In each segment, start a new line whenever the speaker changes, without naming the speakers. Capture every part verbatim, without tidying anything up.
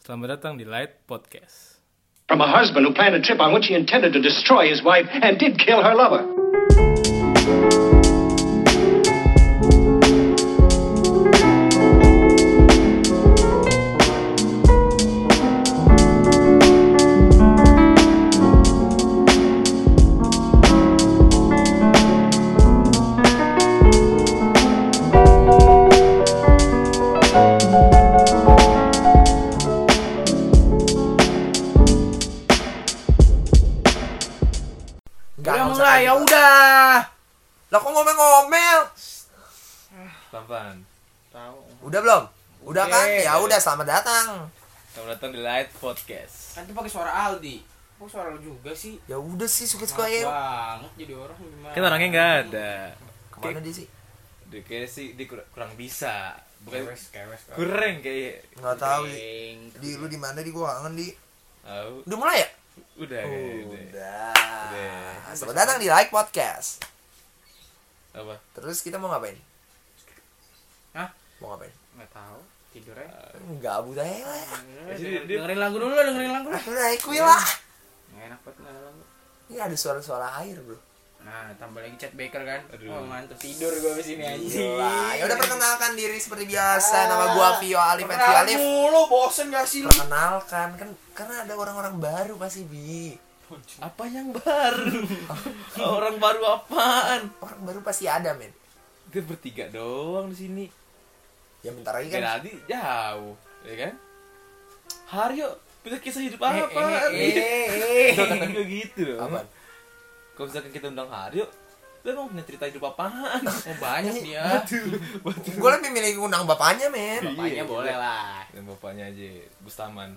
Selamat datang di Light Podcast.
From a husband who planned a trip on which he intended to destroy his wife and did kill her lover.
Ya udah. Lah kok ngomel-ngomel?
Pelan-pelan.
Tahu.
Udah belum? Udah
Oke.
kan? Ya udah, selamat datang.
Selamat datang di Light Podcast.
Kan itu pakai suara Aldi. Kok suara lu juga sih?
Ya udah sih, suka-suka
Maaf
ya.
banget jadi orang gimana?
Kan orangnya nggak ada.
Kemana dia sih?
Dia kayaknya sih dia kur- kurang bisa. Bukan
Kewes, kewes. kewes.
kurang kayak.
Nggak tahu di.
Kering.
Di lu di mana di gua kangen di.
Tahu.
Udah mulai ya?
Udah kayaknya. Udah.
Udah.
Udah.
Selamat datang di Like Podcast.
Apa?
Terus kita mau ngapain?
Hah?
Mau ngapain?
Nggak tahu. Tidur ya.
Enggak, buta ya lah.
Jadi dia-
Dengerin lagu dulu, dengerin lagu.
Udah, ikut lah.
Nggak enak banget nggak ada lagu.
Ini ada suara-suara air, bro.
Nah, tambah lagi Chet Baker kan.
Aduh.
Oh, mantap tidur gua abis ini anjing.
Gila. Ya udah, perkenalkan diri seperti biasa. Nama gua Vio Alif at Vio
Perkenalan
Alif.
mulu, bosen gak sih lu?
Perkenalkan kan karena ada orang-orang baru pasti bi.
apa yang baru? Orang baru apaan?
Orang baru pasti ada, men.
Kita bertiga doang di sini.
Ya bentar lagi
Kan
kan.
tadi jauh, ya kan? Haryo punya kisah hidup
Eh,
apa?
eh, eh, eh.
Juga gitu loh.
Apaan?
Kalau misalkan kita undang Haryo, lu emang punya cerita hidup apaan?
Oh, banyak dia.
Gue lebih milih undang bapaknya, men.
Bapaknya
Iya,
boleh
iya.
lah.
Dan bapaknya aja, Bustaman.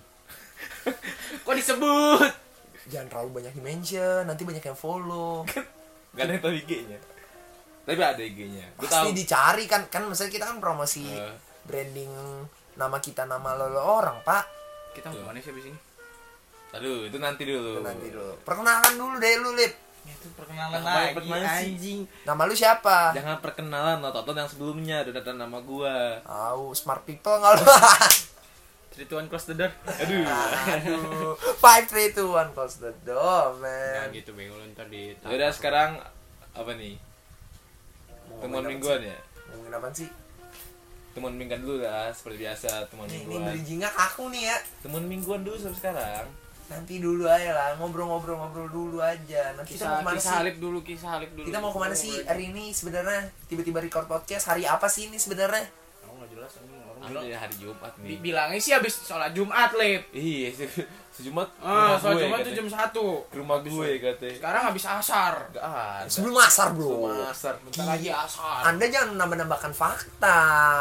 Kok disebut?
Jangan terlalu banyak di-mention, nanti banyak yang follow.
Gak ada yang tahu I G-nya. Tapi ada I G-nya. Gue
Pasti
tahu.
dicari kan, kan maksudnya kita kan promosi
Eh.
branding nama kita, nama lo, lo orang, Pak.
Kita mau kemana sih abis ini?
Aduh, itu nanti dulu.
Itu nanti dulu. Perkenalkan dulu deh lu, Lip.
Ya itu perkenalan
Nah,
lagi
perkenalan sih.
anjing.
Nama lu siapa?
Jangan perkenalan, tonton yang sebelumnya udah datang nama gua.
Tahu smart people enggak lu?
three two one close the door.
Aduh.
Aduh. five three two one close the door,
Nah
man.
gitu bego lu ntar di.
Ya udah sekarang apa nih?
Mau
Temuan
ngomongin apa
mingguan
sih?
ya.
Ngomongin apa sih?
Temuan mingguan dulu lah, seperti biasa temuan
Ini, ini
mingguan.
bridgingnya kaku nih ya.
Temuan mingguan dulu sampai sekarang.
Nanti dulu aja lah, ngobrol-ngobrol-ngobrol dulu aja. Nanti kita mau
Kisah
kemana
kisah
sih?
Halip dulu, kisah Halip dulu.
Kita mau kemana sih hari ini sebenarnya? Tiba-tiba record podcast hari apa sih ini sebenarnya?
Kamu enggak jelas anjing orang
Ada
bilang.
ya hari Jumat nih.
Bi- Bilangnya sih habis sholat Jumat, Lip.
Iya, se- sejumat.
Ah,
rumah
sholat
gue,
Jumat tuh
katanya.
jam satu.
Ke rumah gue katanya.
Sekarang habis asar.
Gak ada.
Sebelum asar, bro.
Sebelum asar.
Bentar lagi asar.
Anda jangan nambah-nambahkan fakta.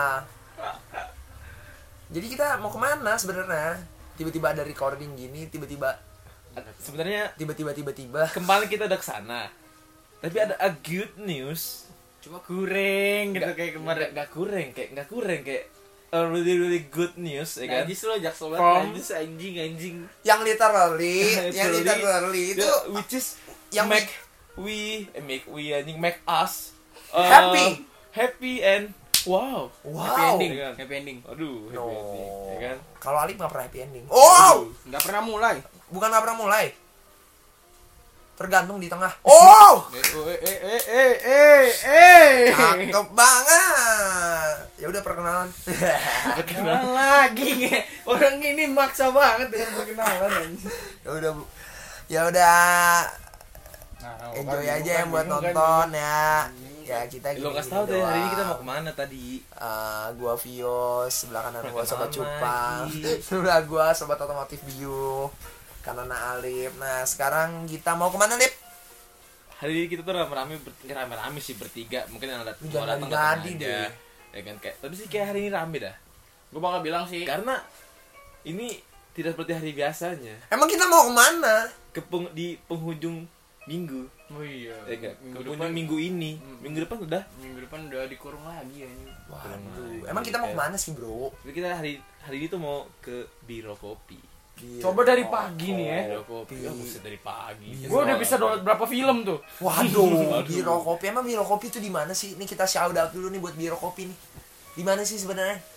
Jadi kita mau kemana sebenarnya? Tiba-tiba ada recording gini, tiba-tiba,
Sebenarnya
tiba-tiba, tiba-tiba.
kemarin kita udah kesana. Tapi ada a good news.
Cuma kurang gitu
Nggak-
kayak kemarin.
nggak- nggak kurang kayak nggak kurang kayak a really really good news ya kan.
Najis lo jaksel
From-
banget najis anjing anjing.
Yang literally, yang
Literally,
literally itu
the- which is
yang
make we eh, make we anjing make us uh,
Happy.
happy and wow.
Happy
wow.
ending,
Iya kan?
happy ending.
Aduh, happy
No.
ending, ya kan?
Kalau Alif nggak pernah happy ending. Oh,
Enggak pernah mulai.
bukan nggak pernah mulai. Tergantung di tengah. Oh,
Eh eh eh eh eh eh.
cakep banget. Ya udah perkenalan.
Kenalan lagi nge. Orang ini maksa banget dengan perkenalan anjing.
Ya udah, Bu. Ya udah.
Nah,
Enjoy
kan,
aja
bukan,
yang buat
bukan,
nonton
bukan.
ya. Ya kita gini.
Lo kasih tahu deh hari ini kita mau kemana tadi?
Uh, gua Vio, sebelah kanan gua Sobat
Perkenalan
Cupang,
lagi.
sebelah gua Sobat Otomotif Bio, kanan Alif. Nah sekarang kita mau kemana, Lip?
Hari ini kita tuh rame-rame ber- rame-rame sih bertiga. Mungkin yang ada
Lu
mau
jangan
datang datang
ngadi-ngadi
aja.
deh.
Ya kan kayak tapi sih kayak hari ini rame dah.
Gua bakal bilang sih.
Karena ini tidak seperti hari biasanya.
Emang kita mau kemana?
Ke peng- di penghujung minggu.
Oh iya.
Ya kan? Ke
Minggu
penghujung
depan
minggu ini.
Hmm.
Minggu depan udah.
minggu depan udah dikurung lagi anjing.
Waduh, emang kita mau kemana sih, bro?
Tapi kita hari hari ini tuh mau ke Biro Kopi.
Coba dari pagi nih ya.
Biro Kopi. Ya buset dari pagi.
Gua udah bisa download berapa film tuh.
Waduh, Biro Kopi. Emang Biro Kopi itu di mana sih? Nih kita shout out dulu nih buat Biro Kopi nih. Di mana sih sebenarnya?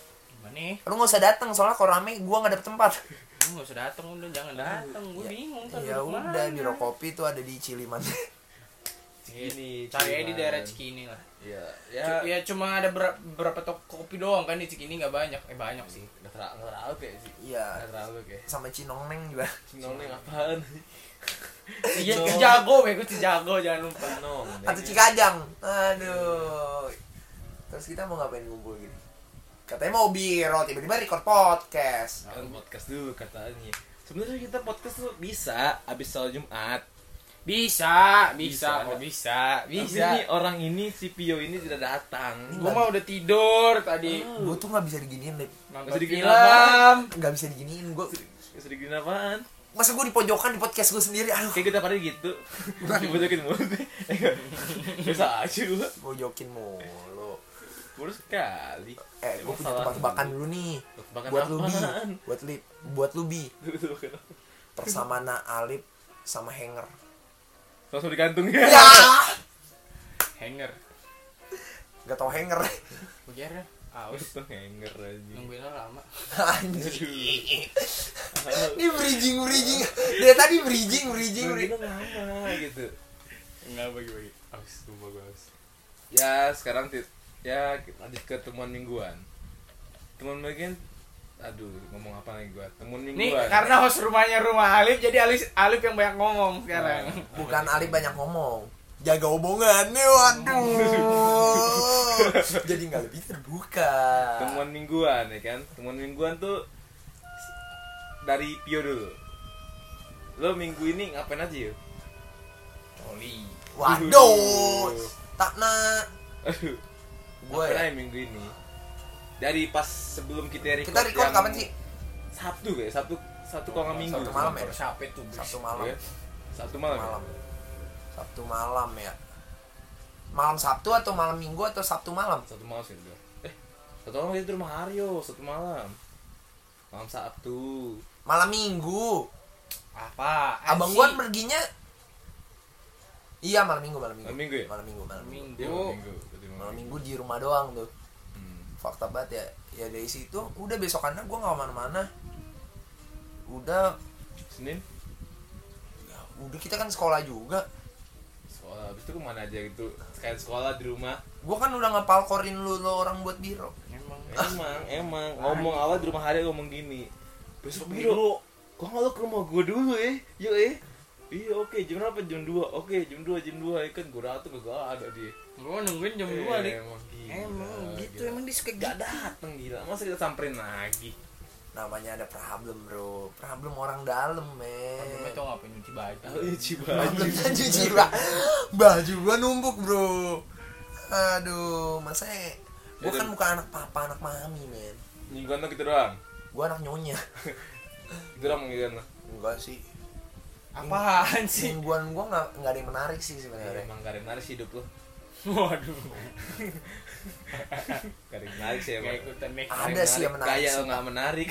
Mana?
Lu nggak usah datang soalnya kalau rame gua nggak dapet tempat.
Lu enggak usah datang udah, jangan datang. Gue bingung kan.
Ya udah, biro kopi tuh ada di Ciliman.
Cikini.
Cari aja di
Cileman.
daerah Cikini lah.
Iya.
Ya,
Ya,
ya cuma ada ber- beberapa toko kopi doang kan di Cikini, nggak banyak. Eh banyak sih.
nggak terlalu nggak terlalu kayak sih.
Iya.
Nggak terlalu kayak.
Sama Cinongneng juga.
Cinoneng apaan?
Iya, Cijago, bego Cijago jangan lupa.
Cinong.
Atau Cikajang. Aduh. Terus kita mau ngapain ngumpul gini? Katanya mau biro, tiba-tiba record podcast.
Kan podcast dulu katanya. Sebenarnya kita podcast tuh bisa abis sholat Jumat.
Bisa,
Bisa,
bisa,
kok.
bisa,
Tapi
bisa.
nih orang ini si Pio ini tidak datang.
Gue mah udah tidur tadi.
Gue tuh nggak bisa diginiin, Lip.
Nonton
Sedikit
film.
Nggak bisa diginiin. Gue
Sedih gini apaan?
masa gue di pojokan di podcast gue sendiri. Aduh.
Kayak kita pada gitu. Dibojokin mulu. Bisa aja gua.
Pojokin mulu.
Terus sekali.
Eh, gue
Emang
punya
salah
tebak-tebakan
dulu.
dulu nih.
Tebak-tebakan
Buat lu bi,
apaan?
buat lip, buat lu bi.
Tebak-tebakan apa?
Persamana Alip sama Hanger.
Langsung digantung
Ya.
Hanger.
Gak tau Hanger.
Begitu. Aus.
Itu hanger aja.
Nungguinnya lama.
Anjir. Ini bridging bridging. Dia tadi bridging bridging.
Kita
bridging.
lama gitu.
Enggak bagi-bagi. Aus, lupa gue aus.
Ya sekarang tit ya lanjut ke temuan mingguan. Temuan mingguan, aduh ngomong apa lagi gua? Temuan
Nih
mingguan.
karena host rumahnya rumah Alif, jadi Alif Alif yang banyak ngomong sekarang.
Bukan Alip banyak ngomong. Jaga omongannya, waduh. Jadi nggak lebih terbuka.
Temuan mingguan ya kan? Temuan mingguan tuh dari Pio dulu. Lo minggu ini ngapain aja yuk?
Oli.
Waduh. Tak nak.
Aduh.
Gua
Ngapain
ya.
aja minggu ini? Dari pas sebelum kita record
Kita record
yang
kapan sih?
Sabtu kayak Sabtu Sabtu kalau nggak minggu.
Sabtu malam ya?
Siapa itu? Bus?
Sabtu malam.
Iya. Sabtu malam. ya?
Malam. Sabtu malam ya. Malam Sabtu atau malam Minggu atau Sabtu malam?
Satu malam sih udah. Eh, satu malam itu rumah Aryo, satu malam. Malam Sabtu.
Malam Minggu.
Apa?
Abang gua kan perginya. Iya malam Minggu, malam Minggu.
Malam Minggu ya?
Malam Minggu, malam Minggu.
Minggu.
Iya, malam minggu. Berarti
Malam Minggu di rumah doang tuh.
Hmm.
Fakta banget ya. Ya dari situ udah besokannya gua nggak kemana-mana. Udah,
Senin
ya, udah kita kan sekolah juga.
sekolah. Habis itu kemana aja gitu? Sekalian sekolah di rumah.
Gua kan udah ngapalkorin lu, lu orang buat biro.
Emang.
Emang, emang ngomong awal di rumah hari ngomong gini. Besok biro. Kok nggak lo ke rumah gue dulu eh? Yuk eh. Iya oke, jam berapa? Jam dua. Oke, jam dua, jam dua. Ya kan gue dateng gak ada dia.
Gua nungguin jam
Eh,
dua nih.
Emang gila.
Emang gitu,
gila.
emang dia suka
Gak
gitu.
dateng gila. Masa kita samperin lagi?
Namanya ada problem, bro. Problem orang dalam, men.
Problemnya tau ngapain nyuci baju.
Oh iya ciba.
Problemnya cuci baju. Baju gua numpuk, bro. Aduh, masa gua kan bukan anak papa, anak mami, men.
Mingguan tuh gitu doang.
Gua anak nyonya.
Gitu doang mingguan tuh.
Enggak sih.
Apaan sih?
Mingguan gua nggak nggak ada yang menarik sih
Eh,
sebenarnya.
Emang gak ada yang menarik sih hidup lo.
Waduh.
Gak ada yang menarik sih emang.
Kayak ikutan nih.
Ada sih yang menarik
Kayak
sih,
lo gak menarik.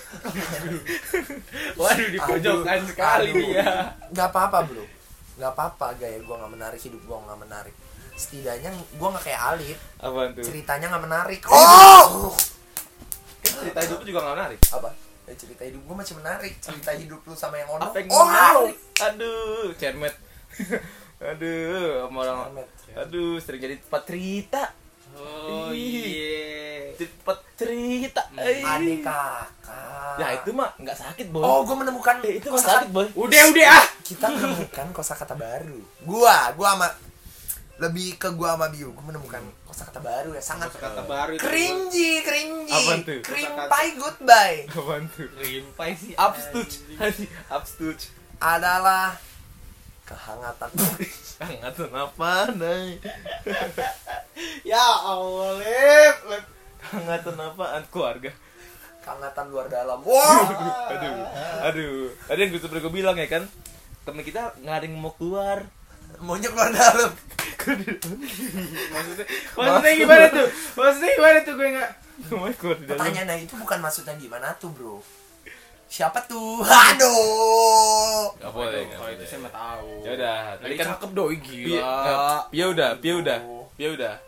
Waduh di pojokan
Aduh,
sekali
aduh.
dia.
Nggak apa-apa, bro. Nggak apa-apa gaya gua nggak menarik, hidup gua nggak menarik. Setidaknya gua nggak kayak Alif.
Apaan tuh?
Ceritanya nggak menarik. Oh!
Kan cerita hidup juga gak menarik.
Apa? Eh, cerita hidup gua masih menarik. Cerita hidup lu sama yang ono.
Apa yang
Oh!
menarik? Aduh, cermet. Aduh, sama orang.
Cermet.
Aduh, sering jadi tempat cerita.
Oh
Ih.
iya.
Tempat cerita. Eh.
Adik kakak.
Ya itu mah nggak sakit boy.
Oh, gua menemukan
Eh, itu nggak
kosa-
sakit boy.
Udah udah ah.
Kita menemukan kosakata baru. Gua, gua sama lebih ke gua sama Biu. Gua menemukan kosakata baru ya sangat
Kata baru itu.
cringy, cringy.
Apaan tuh?
Crimpai goodbye
Apaan tuh?
Rimpai sih.
Upstooch. Upstooch.
adalah kehangatan.
Kehangatan apa nih?
Ya Allah, Lip. Lip.
Kehangatan apaan? Keluarga.
Kehangatan luar dalam. Wah.
Aduh, aduh. Ada yang gue sebenernya gue bilang ya kan, temen kita nggak ada yang mau keluar.
Maunya keluar dalam.
Maksudnya, maksudnya gimana tuh? Maksudnya gimana tuh gue nggak?
Mau keluar di dalam.
Pertanyaannya itu bukan maksudnya gimana tuh, bro? Siapa tuh? Aduh.
Gak boleh.
Kalau itu saya mah tahu.
Ya udah,
Tadi
tadi kan
cakep doi
Pia,
gila.
Pia udah, Pia udah, Pia udah.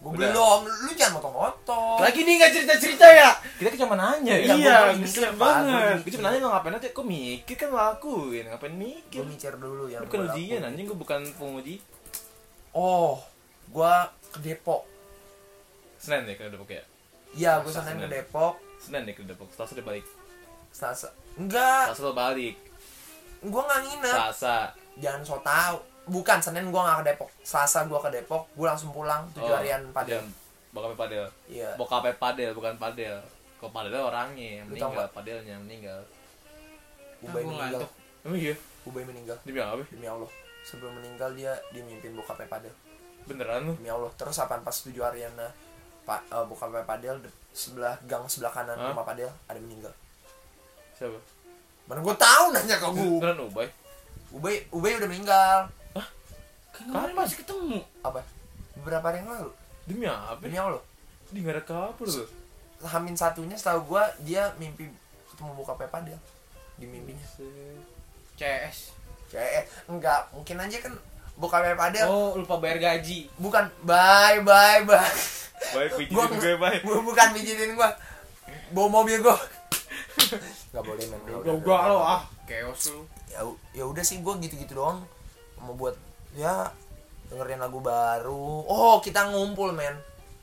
Gue
Udah.
belum, lu jangan motong-motong.
Lagi nih nggak cerita-cerita ya?
Kita kan cuma nanya
Iya,
ya.
Iya,
gua lagi
kesel
mikir, Pak.
banget.
Gue cuma nanya lo ngapain aja, kok mikir kan lakuin, ngapain
Gue
mikir?
mikir dulu ya.
Bukan ujian anjing, gue bukan penguji.
Oh, gue ke Depok.
Senin deh ke Depok ya.
Iya, gue
Selasa,
Senin ke
Senin.
Depok.
Senin deh ke Depok, Selasa udah balik.
Selasa. Enggak,
Selasa lo balik.
gue nggak nginep.
Selasa.
Jangan so tau. Bukan, Senin gue nggak ke Depok. Selasa gue ke Depok, gue langsung pulang. Tujuh
Oh,
harian padel.
jam- Bokapnya padel.
Iya.
Bokapnya padel, bukan padel. Kok padelnya orangnya yang
Lu tau
meninggal,
nggak?
padelnya yang meninggal.
Ubay
Aku
meninggal.
ngantuk.
Emang iya?
Ubay meninggal.
Demi apa?
Demi Allah. Sebelum meninggal dia dimimpin bokapnya padel.
Beneran lu?
Demi Allah. Terus apaan pas tujuh harian nah, Pak uh, bokapnya padel de- sebelah gang sebelah kanan
Hah?
rumah padel ada meninggal.
Siapa?
Mana gue tahu nanya ke gue.
Beneran Ubay?
Ubay Ubay udah meninggal.
Kemarin masih ketemu.
Apa? Beberapa hari yang lalu.
Demi apa?
Demi Allah.
Dia nggak ada kabur lu.
Hamin satunya setahu gua dia mimpi ketemu bokapnya padel di mimpinya.
C S.
Cek enggak, mungkin aja kan bokapnya padel.
Oh, lupa bayar gaji.
Bukan bye bye bye.
Baik,
Gua
pijitin gue baik.
bu- bukan pijitin gua. Bawa mobil gua. Enggak boleh men.
Udah udah lo ah, chaos lu.
Ya u- ya udah sih gua gitu-gitu doang. Mau buat ya dengerin lagu baru. Oh, kita ngumpul men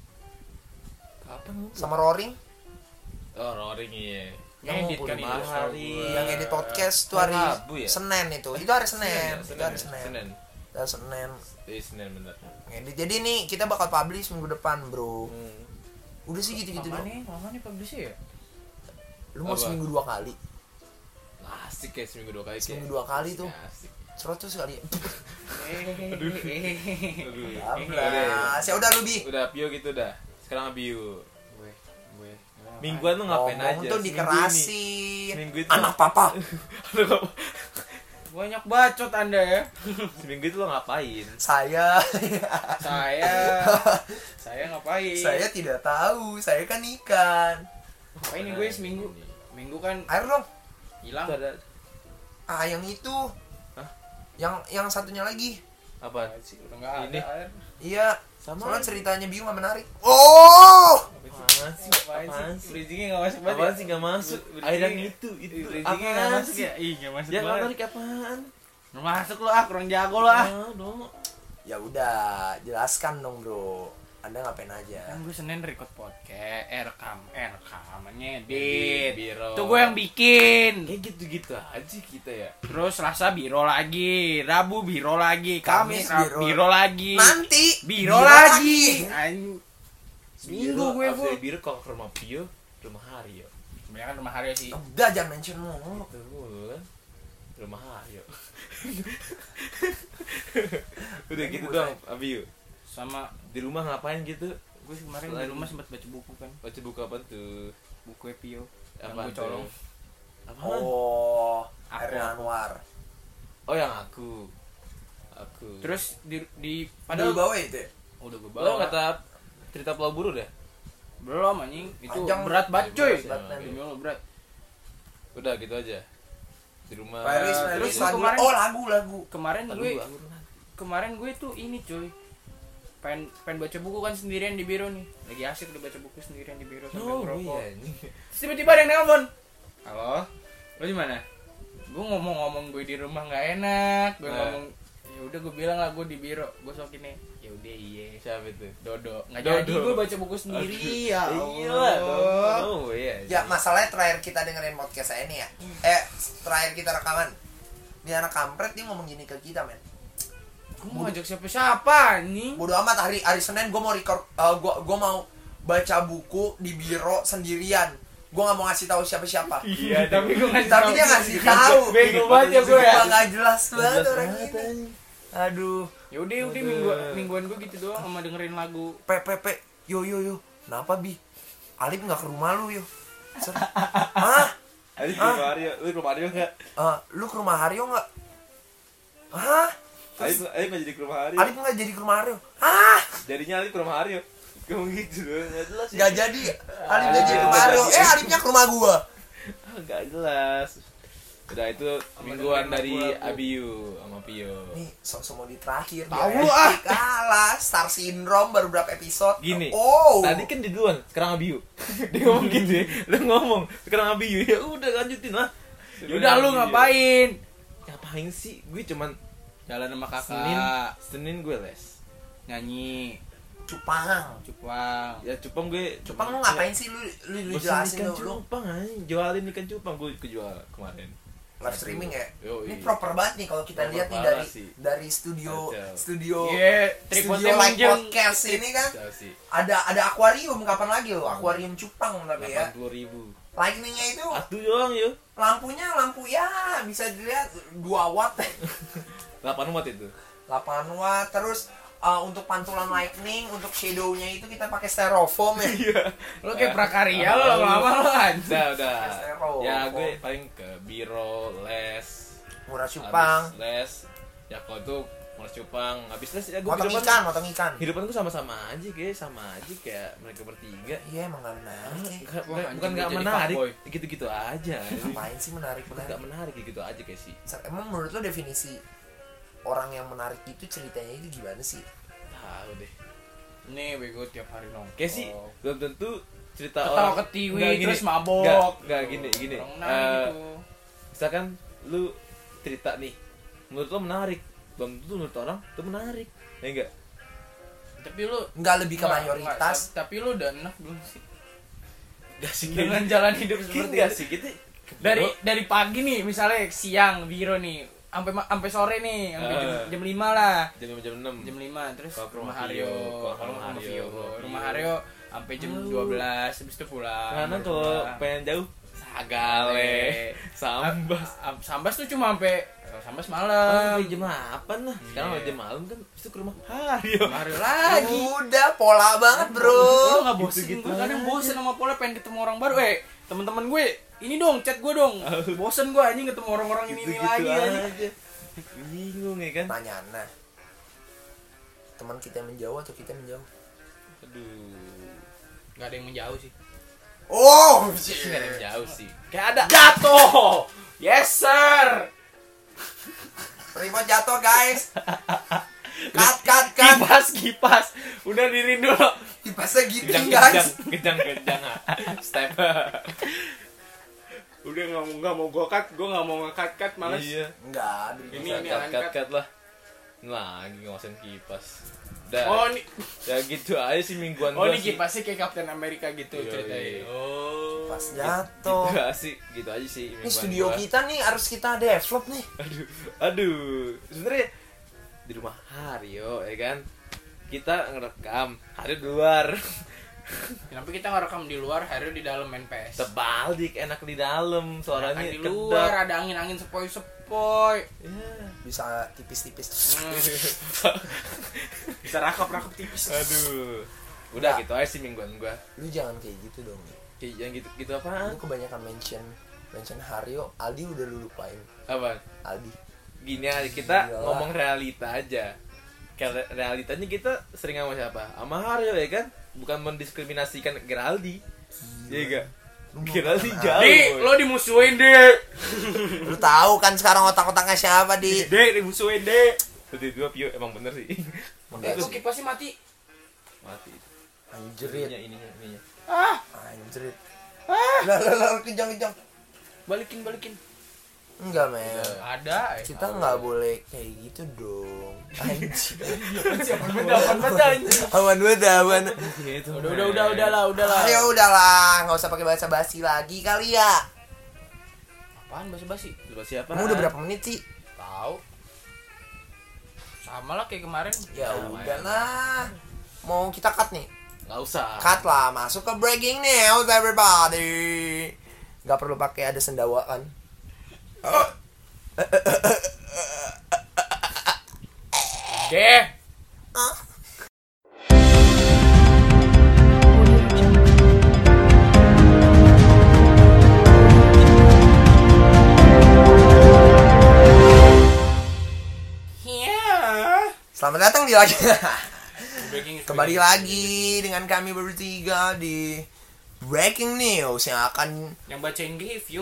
Kapan lu?
sama Roring
Oh, Roring iya.
Yang
Ngedit
ngumpul
kan
di
itu
mana
setahu
hari?
gua.
yang edit podcast tuh hari
Rabu ya?
Senin itu. Itu hari Senin.
ya?
Itu
Senin.
hari
ya?
Senin.
Senin.
Itu hari Senin.
Iya, Senin bener.
Ngedit. Jadi nih kita bakal publish minggu depan, Bro.
Hmm.
Udah sih gitu-gitu
Lama
doang.
nih, lama nih publish ya.
Lu mau
Apa?
seminggu dua kali?
Asik kayak seminggu dua kali kayak.
Seminggu dua kali tuh.
Asik.
seratus kali.
Aduh. Aduh.
Ablas. Ya udah lu Bi.
Udah Pio gitu dah. Sekarang Biu.
Gue, gue.
Mingguan lu ngapain
Ngomong
aja?
tuh
Seminggu
dikerasin.
Seminggu itu.
Anak papa.
ini. Aduh,
Banyak bacot Anda ya.
seminggu itu lo ngapain?
Saya
Saya saya ngapain?
saya tidak tahu. Saya kan ikan.
Ngapain nih gue seminggu? Minggu kan
Air dong.
hilang.
Itu ada
Ah, yang itu.
Hah?
Yang yang satunya lagi.
apa?
Udah enggak ada
Ini.
air.
Iya.
Sama
Soalnya
aja.
ceritanya Biu gak menarik. Oh.
Apaan sih?
Apaan
Apaan
sih?
sih?
Bridgingnya enggak masuk banget.
Apaan
ya?
sih nggak masuk?
Bridgingnya-
Air yang itu, itu
Bridgingnya enggak
apaan
masuk
sih?
ya? Ih, enggak masuk
Ya nggak
banget.
tarik apaan?
Nggak masuk lo ah, kurang jago lo ah.
Ah, dong.
Ya udah, jelaskan dong, Bro. Anda ngapain aja?
Kan gue Senin record podcast, eh rekam, eh rekamannya edit.
Biro.
Itu gue yang bikin.
Kayak gitu-gitu aja kita ya.
Terus Selasa biro lagi, Rabu biro lagi, Kamis,
Kamis
Rab-
biro.
biro. lagi.
Nanti
Biro, lagi. Anjing. Seminggu gue
abis
bu.
dari Biro kalau ke rumah Pio, rumah Haryo.
Kebanyakan rumah Haryo sih.
Udah jangan mention mulu.
Tuh kan. Rumah Haryo. Udah gitu dong, Abiu.
Sama
Di rumah ngapain gitu?
gue kemarin
Selain-
di rumah sempat baca buku kan,
Baca buku apa tuh?
buku Epio. Yang
Apa
gue colong.
Apa?
Oh,
Aku.
Erna Anwar.
Oh, yang aku. Aku.
Terus di di
Padahal
padahal
bawa itu ya?
udah gue
lo
bawa.
kata cerita Pulau Buru dah?
Belum anjing, itu
Panjang.
berat banget cuy.
Berat, berat.
Demi Allah berat.
Udah gitu aja. Di rumah.
Paris,
terus
Paris,
gua
lagu.
kemarin-
Oh, lagu, lagu.
Kemarin
Aduh,
gue
aku nanti.
kemarin gue tuh ini cuy. Pengen pengen baca buku kan sendirian di biro nih. Lagi asik udah baca buku sendirian di biro sambil
Oh,
ngerokok.
iya ini.
Terus tiba-tiba ada yang nelpon. Halo, lo di mana? Gue ngomong-ngomong gue di rumah nggak enak. Gue
Nah.
ngomong, ya udah gue bilang lah gue di biro. Gue sok ini. Ya udah iya.
Siapa itu?
Dodo. Nggak
Dodo.
jadi gue baca buku sendiri ya.
Iya
Allah.
lah. Oh iya.
Ya, masalahnya terakhir kita dengerin podcast saya ini ya. Eh, terakhir kita rekaman. Dia anak kampret, dia ngomong gini ke kita, men.
Gue mau ngajak siapa-siapa nih.
Bodoh amat, hari hari Senin gue mau record, uh, gue gue mau baca buku di biro sendirian. Gue nggak mau ngasih tahu siapa-siapa.
Iya, tapi gue ngasih
Tapi
tahu.
dia ngasih tahu.
Bego banget ya gue ya.
Gua nggak jelas banget
Jelas
orang
banget,
ini.
anjing.
Aduh.
Ya udah, udah minggu mingguan gue gitu doang sama dengerin lagu.
Pe pe pe. Yo yo yo. Kenapa Bi? Alif nggak ke rumah lu yo? Ser- Hah?
Ayo ke rumah Aryo. Lu ke rumah Aryo enggak?
Ah, lu ke rumah Haryo nggak? Hah?
Ayo ayo enggak jadi ke rumah Aryo.
Alif nggak jadi ke rumah Haryo? Hah?
Jadinya Alif ke rumah Aryo. Kamu gitu doang, enggak jelas ya.
Nggak jadi. Alif
Ah,
jadi ke rumah
nggak
Haryo.
jadi.
Eh, Alifnya ke rumah gua.
Ah, enggak jelas. Udah itu mingguan dari Abiyu sama Pio.
Nih, sok-sok mau di terakhir.
Tahu
dia
lu, ah.
kalah. Star Syndrome baru berapa episode?
Gini.
Oh.
Tadi kan di duluan, sekarang Abiyu. Dia ngomong gitu ya. Lu ngomong, sekarang Abiyu. Ya udah lanjutin lah.
Udah lu ngapain?
Ngapain sih? Gue cuman
Jalan sama kakak.
Senin, Senin gue les.
Nyanyi.
Cupang.
Cupang.
Ya cupang gue.
Cupang lu ngapain sih lu lu, lu
Bosan
jelasin
ikan
dulu. Lu
cupang aja, jualin ikan cupang gue kejual kemarin.
live streaming ya?
Yoi.
Ini proper banget nih kalau kita
Proper
lihat nih
banget
dari
sih.
dari studio
Kacau.
studio
Iya,
studio
tripodnya
live
minjem.
podcast ini kan
Tahu sih.
ada ada akuarium kapan lagi lo? Akuarium cupang tapi ya.
delapan puluh ribu.
Lightningnya itu
Atu doang yuk.
lampunya lampu ya bisa dilihat dua watt.
delapan watt itu.
delapan watt terus uh, untuk pantulan lightning untuk shadownya itu kita pakai styrofoam ya.
Lu kayak prakarya lu lama-lama lu kan.
Udah, udah.
Styrofoam.
Ya gue paling ke biro, les,
Murah cupang,
habis les. Ya kalau itu murah cupang, habis les ya gue
motong
hidupan,
ikan, motong ikan.
hidupan gue sama-sama aja kayak sama aja kayak mereka bertiga.
Iya emang gak menarik ya.
Nggak-
Wah,
nggak-
anjing,
bukan
gua
nggak
jadi
menarik,
fuckboy.
gitu-gitu aja.
Ngapain sih menarik
Bukan
menarik?
nggak menarik gitu aja kayak sih.
Emang menurut lo definisi orang yang menarik itu ceritanya itu gimana sih?
Tahu deh.
Nih bego tiap hari nongkrong.
Kayak sih belum tentu cerita
Ketawa
orang
ketiwi,
Nggak, gini.
terus mabok.
Nggak, nggak gini gini.
Orang
Eh,
menarik gitu.
misalkan lu cerita nih, menurut lo menarik, belum tentu menurut orang itu menarik, ya enggak?
Tapi lu
Enggak lebih ke
Nggak,
mayoritas.
nggak, tapi lu udah enak belum sih?
Gak sih
Dengan jalan hidup
seperti
seperti
gak
itu.
sih kita
Dari dari pagi nih, misalnya siang biro nih, sampai ma- sampai sore nih, sampai jam,
Eh.
jam lima lah.
jam lima jam enam
Jam lima terus
Kalau ke
rumah
rumah
Haryo,
Vio, kalau ke
kalau
rumah
ke rumah
Haryo,
Vio,
rumah
rumah
Vio.
Haryo sampai jam
Malu.
dua belas habis itu pulang.
karena
baru
kalau
pulang.
pengen jauh Sagale, Sambas,
Am- Sambas tuh cuma sampai Sambas
Oh,
malam.
sampai jam delapan lah. Sekarang
Iya.
udah jam malam kan, itu ke rumah Haryo.
Haryo lagi.
Udah pola banget
Lu
bro.
nggak bosen
Gitu-gitu
gue kadang
aja.
bosen sama pola pengen ketemu orang baru eh teman-teman gue ini dong chat gue dong bosen gue anjing ketemu orang-orang ini, ini
Gitu-gitu
lagi anjing.
aja. Bingung ya kan?
Tanya nah. Teman kita yang menjauh atau kita yang menjauh?
Aduh.
Nggak ada yang menjauh sih.
Oh,
Sih nggak ada yang jauh sih. Kayak ada
Jatuh. Yes sir.
remote jatuh guys. Cut cut cut.
Kipas kipas. Udah diri dulu.
Kipasnya gitu
kejang
guys.
kejang kejang kejang ah. Step.
Udah nggak mau nggak mau gue cut gue nggak mau nge-cut cut males.
Iya.
Enggak,
Ini,
Cut,
ini
cut, cut,
angkat.
cut lah. Ini lagi ngawasin kipas. Udah.
Oh ini
Ya gitu aja sih mingguan
oh
gua
ini
sih.
kipasnya kayak Captain America gitu
Iya,
ceritanya.
iya.
Oh.
Pas
Gitu
jatuh.
sih, gitu aja sih
Ini
mingguan
studio
gua.
kita nih harus kita develop nih.
Aduh, aduh. Sebenarnya di rumah Haryo ya kan. Kita ngerekam, Haryo di luar.
Kenapa kita ngerekam di luar, Haryo di dalam main P S?
Terbalik, enak di dalam, suaranya
Kan di
kedap.
luar ada angin-angin sepoi-sepoi.
Ya.
Bisa tipis-tipis.
Hmm. Bisa rakap-rakap tipis.
Aduh. Udah gitu aja sih mingguan gua.
Lu jangan kayak gitu dong.
Kayak yang gitu gitu apa?
Lu kebanyakan mention mention Haryo, Aldi udah lu lupain.
Apa?
Aldi.
Gini aja kita
Iyalah.
ngomong realita aja. Kayak re- realitanya kita sering sama siapa? Sama Haryo ya kan? Bukan mendiskriminasikan Geraldi. Iya enggak? Geraldi jauh.
Di,
boy.
lo dimusuhin, Dek.
Lu tahu kan sekarang otak-otaknya siapa, Di?
Dek, dimusuhin, Dek.
Tadi dua Pio emang bener sih.
Eh, kok kipasnya mati?
Mati.
Anjrit.
Ininya ininya ininya.
Ah,
Anjrit. Lah lah lah kejang-kejang.
balikin, balikin.
Enggak, men.
Ada, eh.
Kita nggak boleh kayak gitu dong. Anjir.
Siapa beda, apaan beda, anjing.
Aman banget, aman.
Gitu.
Udah, udah, udah, udah lah, udah lah.
Ayo udahlah, nggak usah pakai bahasa basi lagi kali ya.
Apaan basa-basi?
Coba siapa?
Kamu udah berapa menit sih?
Tahu. Sama lah kayak kemarin.
Ya
Nah,
udahlah. Mau kita cut nih?
Enggak usah.
Cut lah, masuk ke breaking news everybody. Gak perlu pakai ada sendawa kan?
Deh. Iya.
Selamat datang di lagi.
Breaking news,
Kembali
breaking
lagi dengan kami bertiga di breaking news yang akan
news. Yang bacain review kan?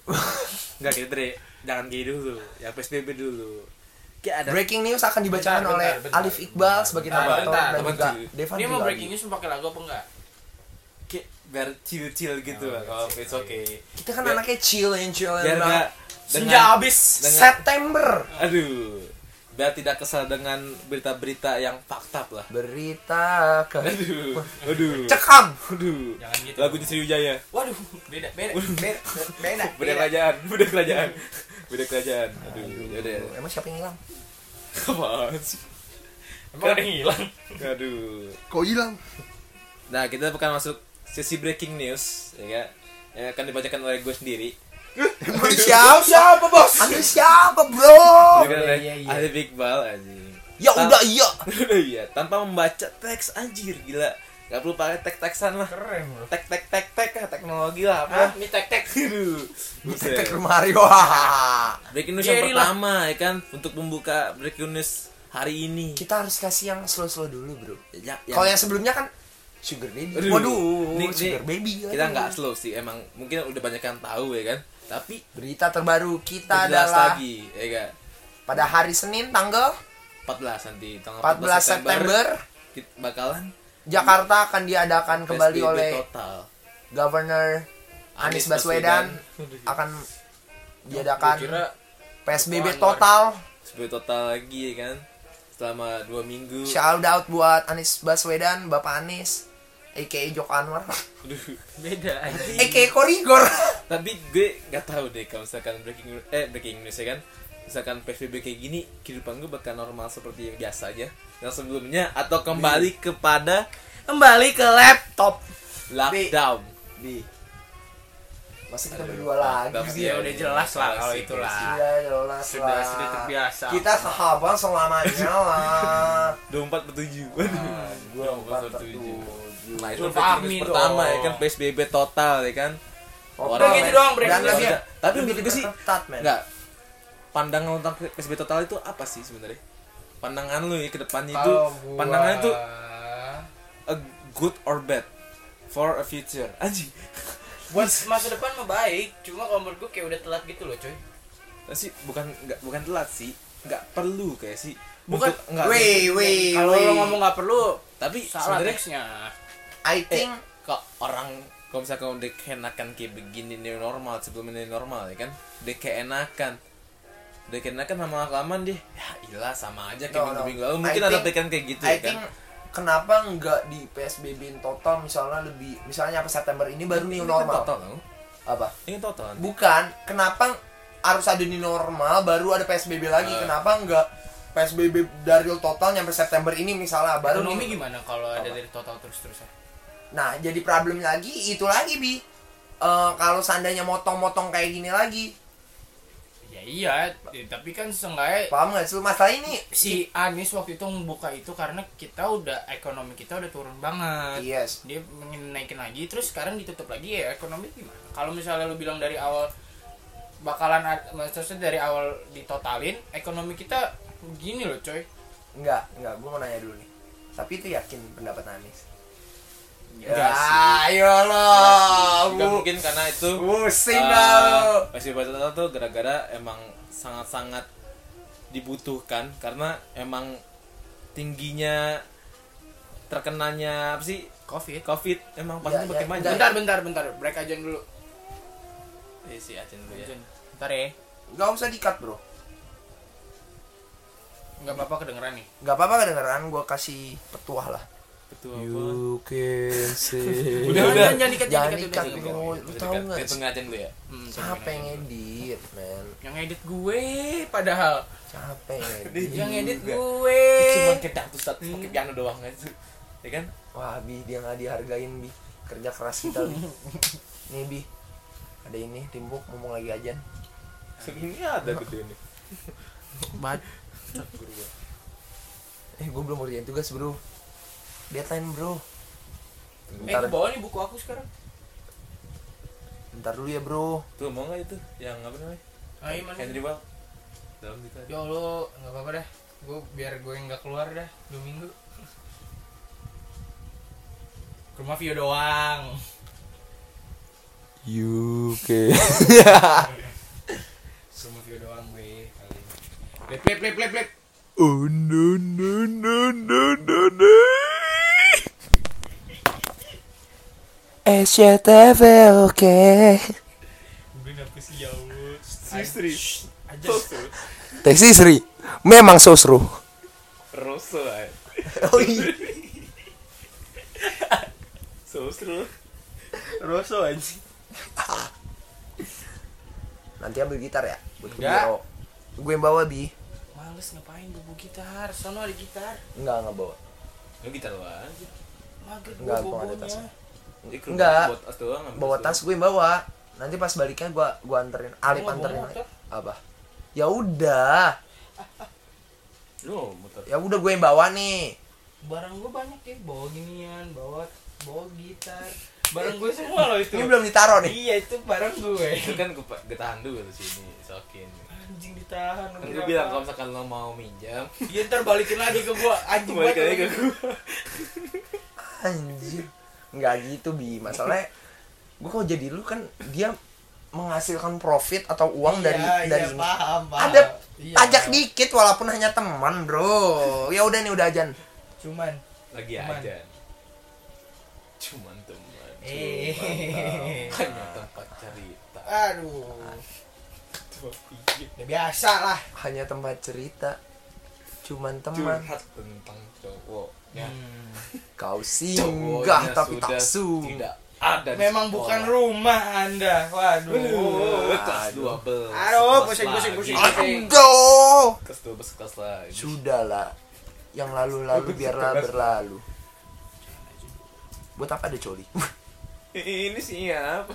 Enggak gitu deh. Jangan gitu dulu. Yang P S B B dulu. Kayak ada
Breaking news akan dibacakan
Bentar,
oleh
bentar, bentar.
Alif Iqbal sebagai
Bentar,
narator
bentar.
dan
Apa
juga
sih?
Devan
Ini mau
Bilali.
breaking news pakai lagu apa enggak?
kayak biar chill-chill gitu
Oh,
lah.
biar
Kalau
chill,
it's
oh,
okay.
Kita kan
Biar-
anaknya chill and chill
biar
and
enggak
Senja habis.
dengan-
September.
Aduh. Biar tidak kesal dengan berita-berita yang fakta lah.
Berita ke
Aduh. Aduh.
cekam.
Aduh.
Jangan gitu.
Lagu di Sriwijaya.
Waduh, beda, beda, beda, beda.
Beda kerajaan, beda kerajaan. Beda kerajaan. Aduh. Yaudah.
Emang siapa yang hilang?
Apaan sih?
Emang ada yang hilang?
Aduh.
Kok hilang?
Nah, kita akan masuk sesi breaking news, ya kan? Yang akan dibacakan oleh gue sendiri.
Emang siapa? Siapa bos? Anda siapa bro?
Dibacakan oleh
iya, iya.
Alif Iqbal anjing.
Ya
Tan-
udah iya.
Udah iya, tanpa membaca teks anjir, gila. Gak perlu pakai teks-teksan lah.
Keren bro.
Tek tek tek tek teknologi lah
Hah?
apa?
Ini tek-tek.
Aduh. Buset.
Tek lemari wah.
Breaking news yang
Jerry lah.
pertama ya kan untuk membuka breaking news hari ini.
Kita harus kasih yang slow-slow dulu bro.
Ya,
Kalau yang sebelumnya kan sugar baby.
Aduh.
Waduh,
Ini-
sugar
ini
baby.
kita
aduh.
nggak slow sih, emang mungkin udah banyak yang tahu ya kan. Tapi
Berita terbaru kita
jelas
adalah
lagi, ya kan.
pada hari Senin tanggal
empat belas nanti tanggal
empat belas September
kita bakalan
Jakarta akan diadakan kembali
P S B B
oleh
total.
Governor Anies Baswedan akan diadakan
Gua kira
P S B B
Anwar.
total.
P S B B total lagi ya kan. Selama dua minggu.
Shout out buat Anies Baswedan, Bapak Anies, A K A Joko Anwar,
Aduh.
beda
A
aja.
K A Korigor.
Tapi gue nggak tahu deh kalau misalkan breaking eh breaking news ya kan. Misalkan P S B B kayak gini, kehidupan gue bakal normal seperti yang biasa aja yang sebelumnya atau kembali kepada
Kembali ke laptop.
lockdown.
Bi. Masa kita
Aduh,
berdua lagi
lockdown
sih?
sih.
Ya udah jelas lah kalau
Klasik,
itulah.
klasik.
Iya, jelas
Sudah
lah.
sudah terbiasa.
Kita sahabat selamanya lah.
dua puluh empat per tujuh. Waduh.
Dua empat per
tujuh.
tujuh.
Nah, itu
Lu
breaking
pahami
news pertama
dong.
ya kan P S B B total ya kan.
Total,
Udah gitu
men.
doang, breaking
Dan
news.
lebih-
Tapi
lebih
menurut gue sih
ketat, men.
enggak. Pandangan tentang P S B B total itu apa sih sebenarnya? Pandangan lu ya ke depannya itu
Kalau gua-
pandangan itu a good or bad for a future. Anjing.
buat masa depan mah baik, cuma kalau menurut gue kayak udah telat gitu loh coy.
Sih bukan enggak bukan telat sih. Enggak perlu kayak sih.
Bukan-
Untuk- enggak.
Weh, weh,
Kalau
weh.
lo ngomong nggak perlu,
Tapi
salah
sebenarnya
teksnya.
I
eh,
think
kok orang kalau misalkan udah keenakan kayak begini new normal sebelum ini normal ya kan udah keenakan udah keenakan lama-lama dia ya ilah sama aja kayak
No, no.
minggu-minggu lalu mungkin
I
ada
think-
pikiran kayak gitu
I
ya kan
think kenapa nggak di P S B B-in total misalnya lebih misalnya apa September ini baru new
Ini kan
normal.
total kan?
Apa?
Ini total
Bukan, kenapa harus ada new normal baru ada P S B B lagi?
Eh.
Kenapa nggak P S B B dari total nyampe September ini misalnya baru
Ekonomi
new-
gimana kalau ada
Apa?
dari total terus-terusan?
Nah, jadi problem lagi itu lagi Bi. Eh, kalau seandainya motong-motong kayak gini lagi,
Ya iya, ya, tapi kan seenggaknya
paham nggak sih? Masalah ini
si Anies waktu itu membuka itu karena kita udah ekonomi kita udah turun banget.
yes.
Dia ingin naikin lagi, terus sekarang ditutup lagi ya ekonomi gimana? Kalau misalnya lu bilang dari awal bakalan ad- maksudnya dari awal ditotalin, ekonomi kita begini loh coy.
Enggak, enggak, gue mau nanya dulu nih. Tapi itu yakin pendapat Anies?
Enggak sih.
ayo loh.
juga mungkin karena itu
Pusing
eh,
kau.
P S B B total tuh gara-gara emang sangat-sangat dibutuhkan karena emang tingginya terkenanya apa sih
Covid.
covid emang
Ya,
pasti
ya,
pakai
ya.
manja.
Bentar, bentar, bentar. Break aja dulu.
Iya sih Acen dulu ya.
Bentar ya.
Enggak usah di-cut, Bro.
Enggak apa-apa kedengeran nih.
Enggak apa-apa kedengeran, gue kasih petuah lah.
Betul apa?
You can say.
Udah,
Jangan,
udah.
jangan dikat,
Jangan
jangan
dikat,
dikat.
bro. Lu tahu nggak
Itu
sih?
ngacen dulu ya.
Hmm,
Siapa yang edit, men?
Yang edit gue padahal.
Siapa yang edit?
Yang edit
Juga.
gue.
Cuma kedap tuh satu pakai piano doang aja. Ya kan?
Wah, Bi, dia nggak dihargain, Bi. Kerja keras kita, Bi. Nih, Bi. Ada ini, timbuk ngomong lagi ajan.
Segini ada gede nih.
Bat.
Eh, gue belum ngerjain tugas, Bro. Deadline, Bro.
Eh,
Bentar,
gue bawa nih buku aku sekarang.
bentar dulu ya, Bro.
Tuh mau nggak itu yang apa namanya?
Ayo mana?
Henry Wall. Dalam kita.
Ya Allah, nggak apa-apa dah. Gue biar gue nggak keluar dah dua minggu. Ke rumah Vio doang.
U K.
Cuma video doang gue kali. Play play play play play.
Oh no no no no no no. S C T V oke.
Gue ngapus sih ya Allah.
Sisri.
Aja.
Teksi Sri. Memang so seru.
Rosso aja.
Oh iya.
Sosro.
Rosso aja.
Nanti ambil gitar ya buat
Enggak.
biro. Gue yang bawa Bi.
Males ngapain bawa gitar? Sono ada gitar.
Enggak, enggak bawa.
Lu gitar lu aja.
Maghrib
Enggak,
gua
gua ada
bobonya.
tasnya.
Jadi kerupuk
Enggak.
buat tas doang, ambil
Bawa tas
doang.
gue yang bawa. Nanti pas baliknya gua gua anterin. Alip
Gua bawa
anterin.
motor.
Apa? Ya udah.
Lu muter.
Ya udah gue yang bawa nih.
Barang gue banyak ya, bawa ginian, bawa bawa gitar. Barang gue semua loh itu.
Ini belum ditaruh nih.
Iya, itu barang gue.
Itu kan gue gue tahan dulu di sini, sokin.
Anjing ditahan.
Kan gue bilang kalau misalkan lo mau minjam,
Iya, ntar balikin lagi ke gua. Anjing
balik
banget
lagi ke
lagi.
gue.
Anjir. Enggak gitu Bi. Masalahnya gue kalau jadi lu kan dia menghasilkan profit atau uang dari
Iya,
dari
iya,
ini.
paham, paham.
Ada
Iya,
pajak
paham.
dikit walaupun hanya teman, Bro. Ya udah nih udah ajan.
Cuman
Lagi
Cuman.
aja. Cuman teman.
Eh.
Cuman hanya tempat cerita.
aduh.
Tua pikir.
Udah biasa lah.
Hanya tempat cerita. Cuman teman.
Curhat tentang cowok. Ya.
Hmm.
Kau singgah
Cowoknya
tapi
sudah
tak su.
tidak ada di
Memang
sekolah.
bukan rumah Anda. Waduh.
Aduh, kelas
Aduh.
dua belas.
Aduh,
Kelas
pusing, pusing,
lagi.
pusing.
Aduh.
Kelas dua belas kelas lagi.
Sudahlah. Yang lalu-lalu biarlah berlalu. Buat apa ada coli?
Ini siapa?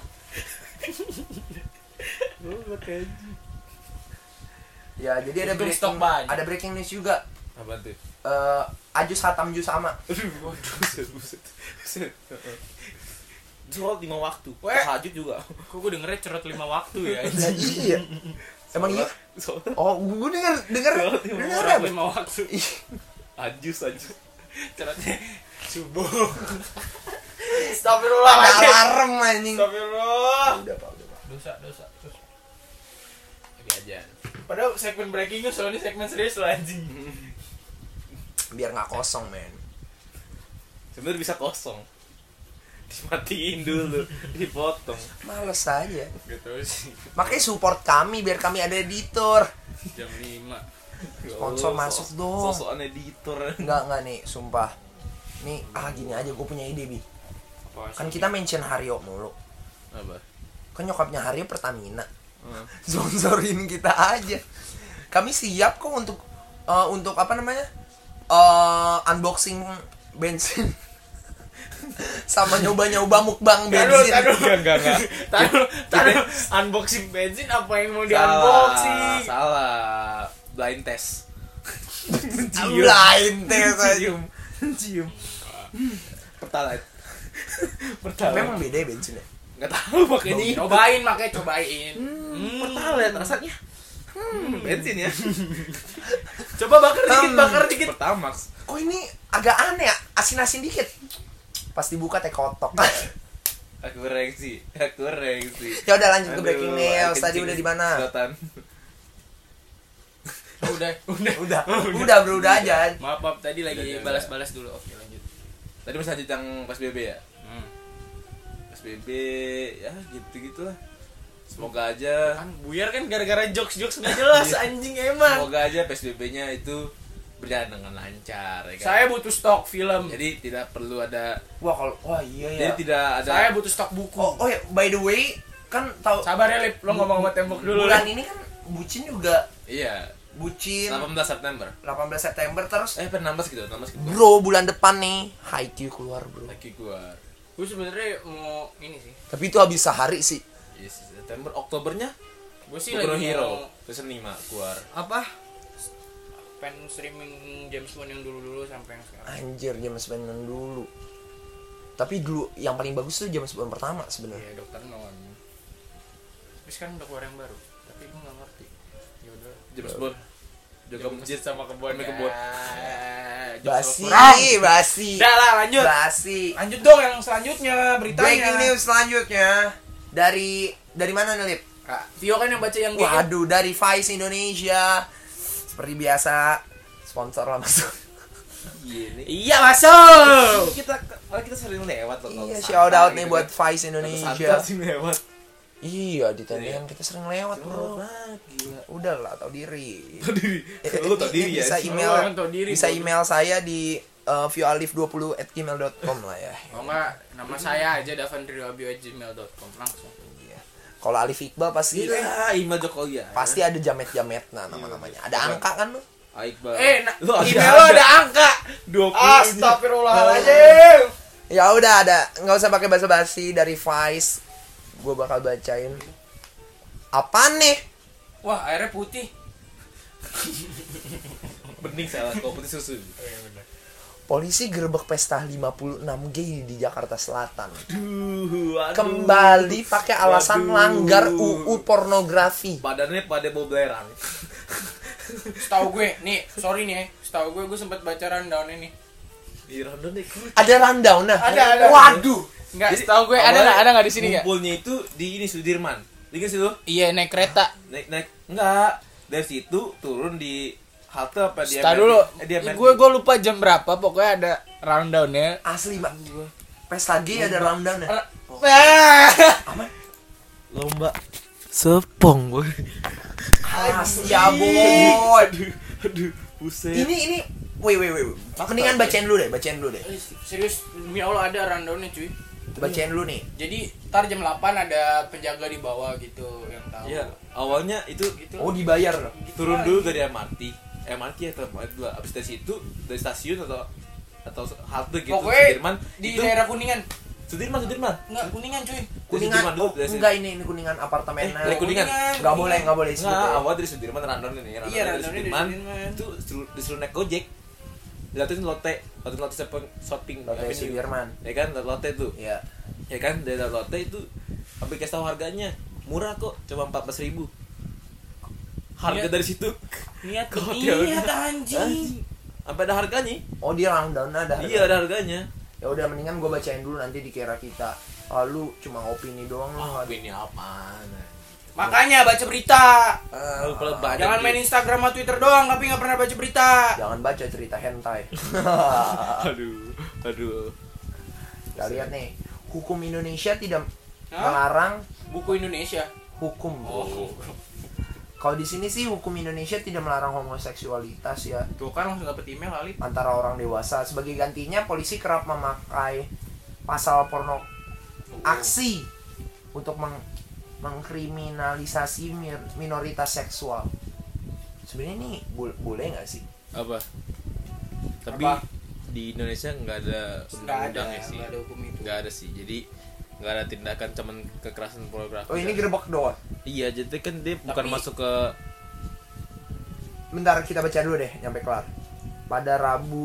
Gue buat aja.
Ya, jadi ada
Untung
breaking,
stok banyak.
ada breaking news juga.
Apa tuh?
Eh, Ajus Hatam Jus sama.
Aduh, waduh, buset, buset, buset. Sholat lima waktu,
Weh.
tahajud juga.
Kok gue dengernya cerot lima waktu ya?
Nah, iya. Emang iya?
Sholat,
Oh, gue denger denger
Sholat lima
denger
Cerot
apa?
lima waktu.
Ih,
ajus, ajus.
Cerotnya subuh.
ada
Astagfirullahaladzim.
alarm anjing.
Astagfirullah.
Udah, Pak, udah, Pak.
Dosa, dosa, dosa.
Lagi aja.
Padahal segmen breaking news soalnya segmen serius loh anjing.
Biar nggak kosong, men.
Sebenarnya bisa kosong. Dimatiin dulu, dipotong.
Males aja.
Gitu sih.
Makanya support kami biar kami ada editor.
Jam lima.
Sponsor
Oh,
masuk
sos-
dong.
Sosokan editor.
Enggak, enggak nih, sumpah. Nih, ah gini aja gue punya ide, Bi.
Apa
Kan
sih?
kita mention Haryo mulu.
Apa?
Kan nyokapnya Haryo Pertamina.
Hmm.
Sponsorin kita aja. Kami siap kok untuk eh, untuk apa namanya? Eh, unboxing bensin. Sama nyoba-nyoba mukbang
Taruh,
bensin.
taruh.
Enggak, enggak, enggak.
Taruh, taruh. Unboxing bensin apa yang mau di
Salah,
unboxing?
salah. Blind test.
Lain teh
Cium. Cium. Pertalite. Pertalite.
Memang beda ya bensinnya.
Enggak tahu pakai ini.
Cobain makanya cobain. Hmm.
Pertalite rasanya. Hmm, bensin ya.
Coba bakar dikit,
Hmm.
bakar dikit.
Pertamax.
Kok ini agak aneh ya? Asin-asin dikit. Pas dibuka teh kotok.
Aku koreksi, aku koreksi.
Ya udah lanjut ke
Aduh,
breaking news.
air
Tadi
kencing
udah di mana?
sedotan.
Udah, udah.
Udah, udah bro, udah aja.
Maaf, maaf tadi lagi
Udah, udah,
balas-balas dulu. Oke, lanjut.
Tadi masih lanjut yang P S B B ya?
Hmm.
P S B B ya gitu-gitulah. Semoga aja
Kan buyar kan gara-gara jokes-jokes nggak jelas anjing emang.
semoga aja P S B B-nya itu berjalan dengan lancar ya kan.
Saya butuh stok film.
Jadi tidak perlu ada
Wah, kalau wah iya ya.
jadi tidak ada
Saya butuh stok buku.
Oh, oh ya, by the way, kan tahu
Sabar ya, Lip. Lo ngomong sama tembok dulu.
bulan
Lip.
ini kan bucin juga
iya
bucin
delapan belas September.
delapan belas September terus
Eh, enam belas gitu, enam belas gitu.
bro bulan depan nih Haikyuu keluar bro.
Lagi gua.
Gue sebenarnya mau ini sih.
Tapi itu habis sehari sih.
Yes, September, Oktobernya
Gue sih
Boku no
lagi
Hero
mau
season lima keluar.
apa? Pen streaming James Bond yang dulu-dulu sampai yang sekarang.
Anjir, James Bond yang dulu. Tapi dulu yang paling bagus tuh James Bond pertama sebenarnya.
Iya, Dokter Non. Tapi sekarang udah keluar yang baru. Tapi gue nggak ngerti. Ya udah.
James Bond jaga masjid
sama kebun.
Sama kebun.
Basi,
Kurang.
basi.
Udah lah, lanjut.
Basi.
Lanjut dong yang selanjutnya beritanya.
Breaking news selanjutnya. Dari dari mana nih, Lip?
Kak, Vio kan yang baca yang G M.
Waduh, dari Vice Indonesia. Seperti biasa, sponsor lah masuk.
Iya nih.
Iya masuk.
Kita malah kita sering lewat loh.
Iya, shout out nih buat Vice Indonesia.
Sering lewat.
Iya, di tendean kita sering lewat, Bro.
Gila.
Udah lah, tahu diri.
Tahu diri. Lu tahu diri ya.
Bisa
sih?
email,
Orang tahu diri,
bisa
bro.
email saya di uh, vioalif dua puluh at gmail dot com lah ya.
Oh enggak, nama saya aja davandriwabio at gmail dot com langsung.
Iya. Kalau Alif Iqbal pasti
Gila, email Jokowi ya.
pasti ada jamet-jamet nah nama-namanya. Ada
Iya.
angka kan lu?
Iqbal.
Eh, nah,
Lu
email lo ada angka.
dua puluh.
Astagfirullahaladzim.
Ya udah ada, nggak usah pakai basa-basi dari Vice. Gue bakal bacain. Apaan nih?
Wah, airnya putih.
Bening salah, kau putih susu.
Polisi gerbek pesta lima puluh enam gay di Jakarta Selatan.
Duh, aduh.
Kembali pakai alasan
Waduh.
langgar U U pornografi.
Badannya pada bau belerang.
Setahu gue, nih, sorry nih ya. Setahu gue gue sempat baca rundown ini.
Di random nih.
Ada rundown nah.
Ada, ada.
Waduh.
Enggak,
Jadi,
setahu gue ada
awalnya
enggak? Ada enggak di sini enggak?
Ngumpulnya itu di ini Sudirman. Ingat sih lu?
Iya, naik kereta.
Naik naik enggak. Dari situ turun di halte apa di
Star
M R T?
dulu.
Eh, di M R T.
Gue gue lupa jam berapa, pokoknya ada rundownnya.
Asli, Mbak. Pesta gay ada rundown ya.
Lomba sepong, boy.
Asli ya, boy.
Aduh, buset.
Ini ini wait wait wait. Mendingan bacain dulu deh, bacain dulu deh.
Serius, demi Allah ada rundownnya cuy.
Bacain dulu nih.
Jadi ntar jam delapan ada penjaga di bawah gitu yang tahu.
Iya, awalnya itu
Gitu.
Oh, dibayar.
turun dulu dari M R T. M R T atau M R T dua. Abis dari situ dari stasiun atau atau halte gitu
Pokoknya
Sudirman
di
itu
daerah Kuningan.
Sudirman Sudirman.
Enggak, Kuningan cuy.
Kuningan.
Sudirman dulu,
Oh,
dari situ.
enggak ini ini Kuningan apartemen.
Eh, dari Kuningan.
Enggak boleh, enggak boleh disebut.
Enggak,
ya.
awal dari Sudirman rundown ini. rundown
Iya,
dari
rundownnya dari
Sudirman.
Sudirman.
Itu disuruh, disuruh naik Gojek. Lihatin lotte, lotte lotte shopping, shopping
Lotte
Avenue.
Sudirman.
Ya kan, lotte tuh.
Iya.
Ya kan, dari lotte itu sampai kasih tahu harganya. Murah kok, cuma empat belas ribu. Harga
Niat.
dari situ.
Niat
Kok
niat
dia-
anjing.
Sampai ada harganya.
Oh, dia rundown ada.
Iya, ada harganya.
Ya udah mendingan gue bacain dulu nanti dikira kita. Ah, lu cuma opini doang lu.
Oh, ini apaan?
Makanya baca berita.
Ah, lu kalau banyak
Jangan
gitu.
main Instagram atau Twitter doang tapi nggak pernah baca berita.
Jangan baca cerita hentai.
Aduh, aduh.
Kita lihat nih. Hukum Indonesia tidak
Hah?
melarang
Buku Indonesia.
hukum.
Oh.
Kalau di sini sih hukum Indonesia tidak melarang homoseksualitas ya
Tuh kan langsung dapet email kali.
antara orang dewasa. Sebagai gantinya polisi kerap memakai pasal porno aksi untuk meng mengkriminalisasi mir- minoritas seksual. Sebenarnya ini bo- boleh nggak sih?
Apa? Tapi
Apa?
di Indonesia nggak ada
Nggak ada,
undang-undang ya sih.
nggak ada hukum itu.
Nggak ada sih. Jadi nggak ada tindakan cuman kekerasan pornografi.
Oh, ini
kan.
gerbek doang.
Iya, jadi kan dia bukan
Tapi-
masuk ke
Bentar kita baca dulu deh nyampe kelar. Pada Rabu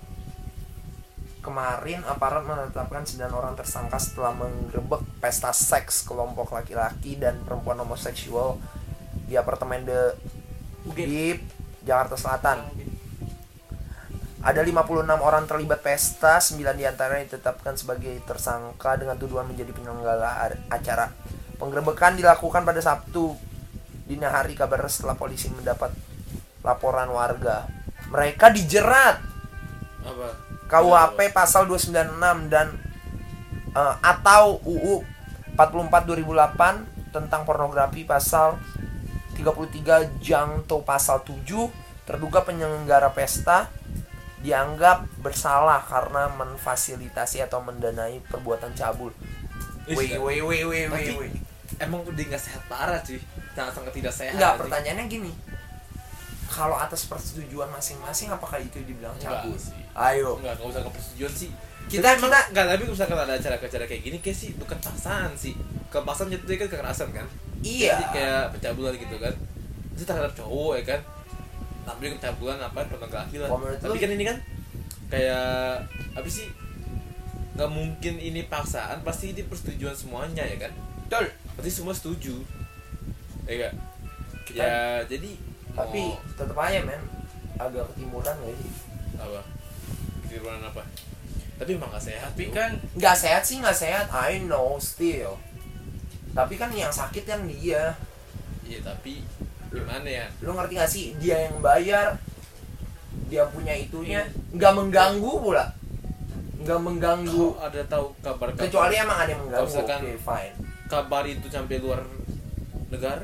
kemarin aparat menetapkan sembilan orang tersangka setelah menggerebek pesta seks kelompok laki-laki dan perempuan homoseksual di apartemen The di Jakarta Selatan. Ada lima puluh enam orang terlibat pesta, sembilan diantaranya ditetapkan sebagai tersangka dengan tuduhan menjadi penyelenggara acara. Penggerebekan dilakukan pada Sabtu dini hari kabar setelah polisi mendapat laporan warga. Mereka dijerat
apa?
K U H P pasal dua sembilan enam dan uh, atau U U empat puluh empat dua ribu delapan tentang pornografi pasal tiga puluh tiga Jangto pasal tujuh. Terduga penyelenggara pesta dianggap bersalah karena memfasilitasi atau mendanai perbuatan cabul. Woi woi woi woi woi
Tapi-
woi.
Emang udah nggak sehat parah cuy. Sangat sangat tidak sehat.
Enggak,
anjing.
pertanyaannya gini. Kalau atas persetujuan masing-masing apakah itu dibilang
Enggak
cabul?
sih.
Ayo.
Enggak, enggak usah ke persetujuan sih.
Kita-
Tapi emang-
kita-
enggak, tapi misalkan ada acara-acara kayak gini kayak sih bukan paksaan sih. Kalau paksaan jatuhnya kan kekerasan kan.
Iya.
Jadi kayak pencabulan gitu kan. Itu terhadap cowok ya kan. Tapi pencabulan apa pornografi lah.
Kalau menurut
Tapi
lu?
kan ini kan kayak apa sih? Nggak mungkin ini paksaan, pasti ini persetujuan semuanya ya kan.
Betul.
Pasti semua setuju. Ya enggak?
Kita-
Ya, jadi
Tapi
mau
tetap aja men agak ketimuran gak sih?
apa? Ketiruan apa? Tapi emang gak sehat.
Tapi
Bro.
kan
Nggak sehat sih nggak sehat, I know still. Tapi kan yang sakit kan dia.
Iya tapi gimana ya?
Lu ngerti gak sih, dia yang bayar, dia punya itunya, nggak mengganggu pula, nggak mengganggu.
Kalau ada tahu kabar-kabar,
Kecuali emang ada yang mengganggu.
Kalau misalkan-
Oke, fine.
kabar itu sampai luar negara,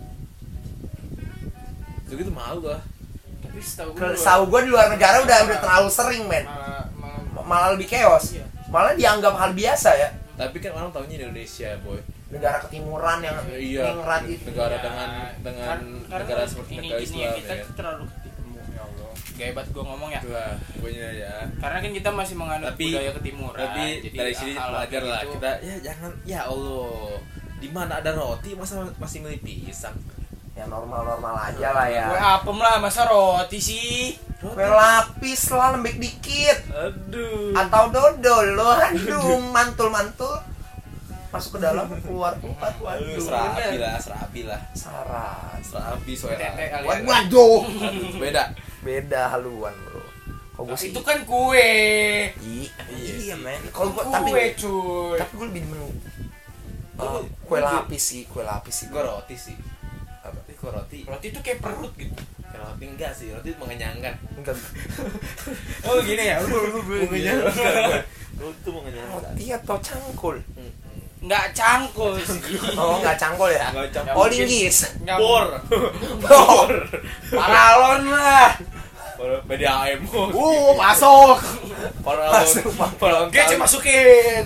begitu malu lah.
Tapi setahu
Ke-
gue
Setahu gue di luar negara udah udah terlalu sering, men.
malah, malah
Malah lebih chaos.
Iya.
Malah dianggap hal biasa ya.
Tapi kan orang tahunya Indonesia, boy.
Negara ketimuran yang
Iya,
ningrat itu.
negara
Ya,
dengan dengan
kan- karena
negara seperti
ini
negara
gini
Islam
ya,
ya.
kita terlalu ketimu ya Allah. Gaya banget gue ngomong ya.
Wah, pokoknya ya.
Karena kan kita masih menganut
Tapi
budaya ketimuran.
tapi
jadi
dari sini
hal-hal
belajar
kayak
lah
gitu,
kita, ya jangan, ya Allah, di mana ada roti masa masih milih pisang?
Ya normal-normal aja lah ya.
Kue apem lah, masa roti sih?
Kue lapis lah, lembek dikit.
Aduh.
Atau dodol lo, aduh, mantul-mantul. Masuk ke dalam, keluar keluar.
Aduh,
Waduh,
serabi lah, serabi lah.
Saran.
Serabi soalnya.
Tete kali ya.
Waduh, waduh.
Aduh, beda.
Beda haluan, bro. Kok gue
Nah,
sih?
itu kan kue.
Iya,
Iya
iya,
sih.
men. Kalau gua tapi
Kue cuy.
tapi gue lebih demen uh,
Lu-
kue
lu-
lapis sih, kue lapis sih.
Gue roti sih. Apa? Ini kok roti?
Roti itu kayak perut gitu.
Roti enggak sih, roti mengenyangkan.
Enggak.
Oh gini ya.
Mengenyangkan. Roti itu mengenyangkan.
Roti atau cangkul?
Nggak cangkul sih.
Oh, enggak cangkul ya?
Enggak
Ya,
campur.
Oh,
mungkin-
linggis.
Nggak
Bor.
Bor.
Paralon lah.
B D A M.
Uh, masuk.
Paralon.
Masuk, Pak.
Paralon.
Gece masukin.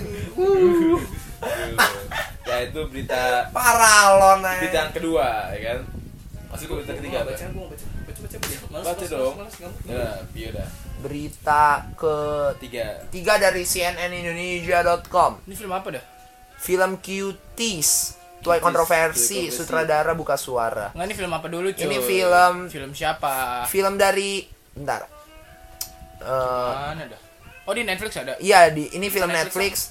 Ya itu berita
Paralon
berita
aja.
yang kedua, ya kan? Masih gue berita ketiga.
baca,
Bang.
gua baca. Baca, baca, baca. Males,
Baca
males,
dong.
males, males, nggak mau.
Ya, iya dah.
Berita
Tiga.
ketiga dari C N N Indonesia dot com.
Ini film apa dah?
Film Cuties, tuai kontroversi,
Cuties,
sutradara buka suara.
Nggak, ini film apa dulu cuy?
Ini film
Film siapa?
film dari bentar. Eh,
Mana dah? Oh di Netflix ada.
iya di ini film
Netflix
Netflix.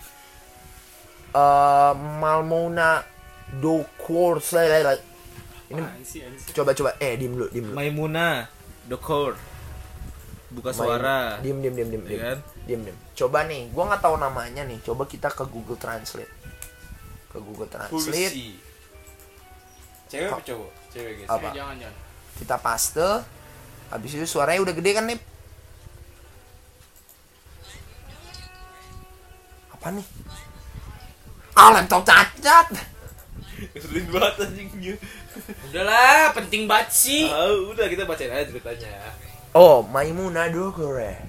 Eh Malmona Dokors. Ini
Apaan sih, anjing?
coba coba eh diem dulu, diem dulu.
Maimuna Dokor. Buka suara.
Diem diem diem diem.
Iya
Diem,
kan?
diem, diem. Coba nih, gua nggak tahu namanya nih. Coba kita ke Google Translate. Ke Google Translate.
Puisi. Cewek apa cowok? Cewek guys.
Apa?
Eh, jangan jangan.
Kita paste. Habis itu suaranya udah gede kan nih? Apa nih? Ah, laptop cacat.
Keselin banget anjing.
Udahlah, penting banget sih.
Ah, udah kita bacain aja ceritanya.
Oh, Maimuna Dokore.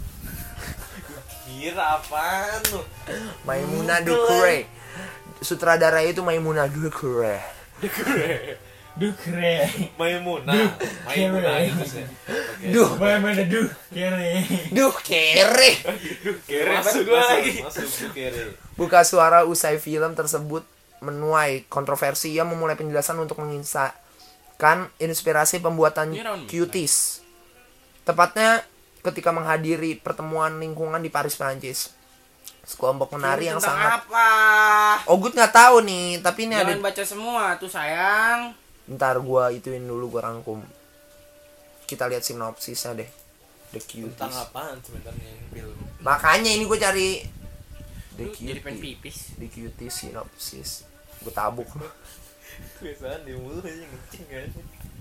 Kira apaan lu?
Maimuna Dokore. Sutradara itu Maimuna Dokore.
Duh keren.
Maimuna. Maimuna itu sih. Oke.
Duh,
Bagaimana duh keren.
duh kere.
Kere
Masuk
masuk
gua
masuk,
lagi.
Masuk masuk kere.
Buka suara usai film tersebut menuai kontroversi yang memulai penjelasan untuk mengisahkan inspirasi pembuatan
Ini round
Cuties. Tepatnya ketika menghadiri pertemuan lingkungan di Paris, Prancis. Sekelompok penari yang
Tentang
sangat
apa?
Ogut nggak tahu nih, tapi ini ada.
Jangan baca semua tuh sayang.
Ntar gua ituin dulu, gua rangkum. Kita lihat sinopsisnya deh. The
Tentang
Cuties.
apaan sebenarnya film?
Makanya ini gua cari The
Lu jadi pengen
Cuties.
pipis.
The Cuties sinopsis. Gua tabuk.
Kebiasaan di mulut aja ngecing kan.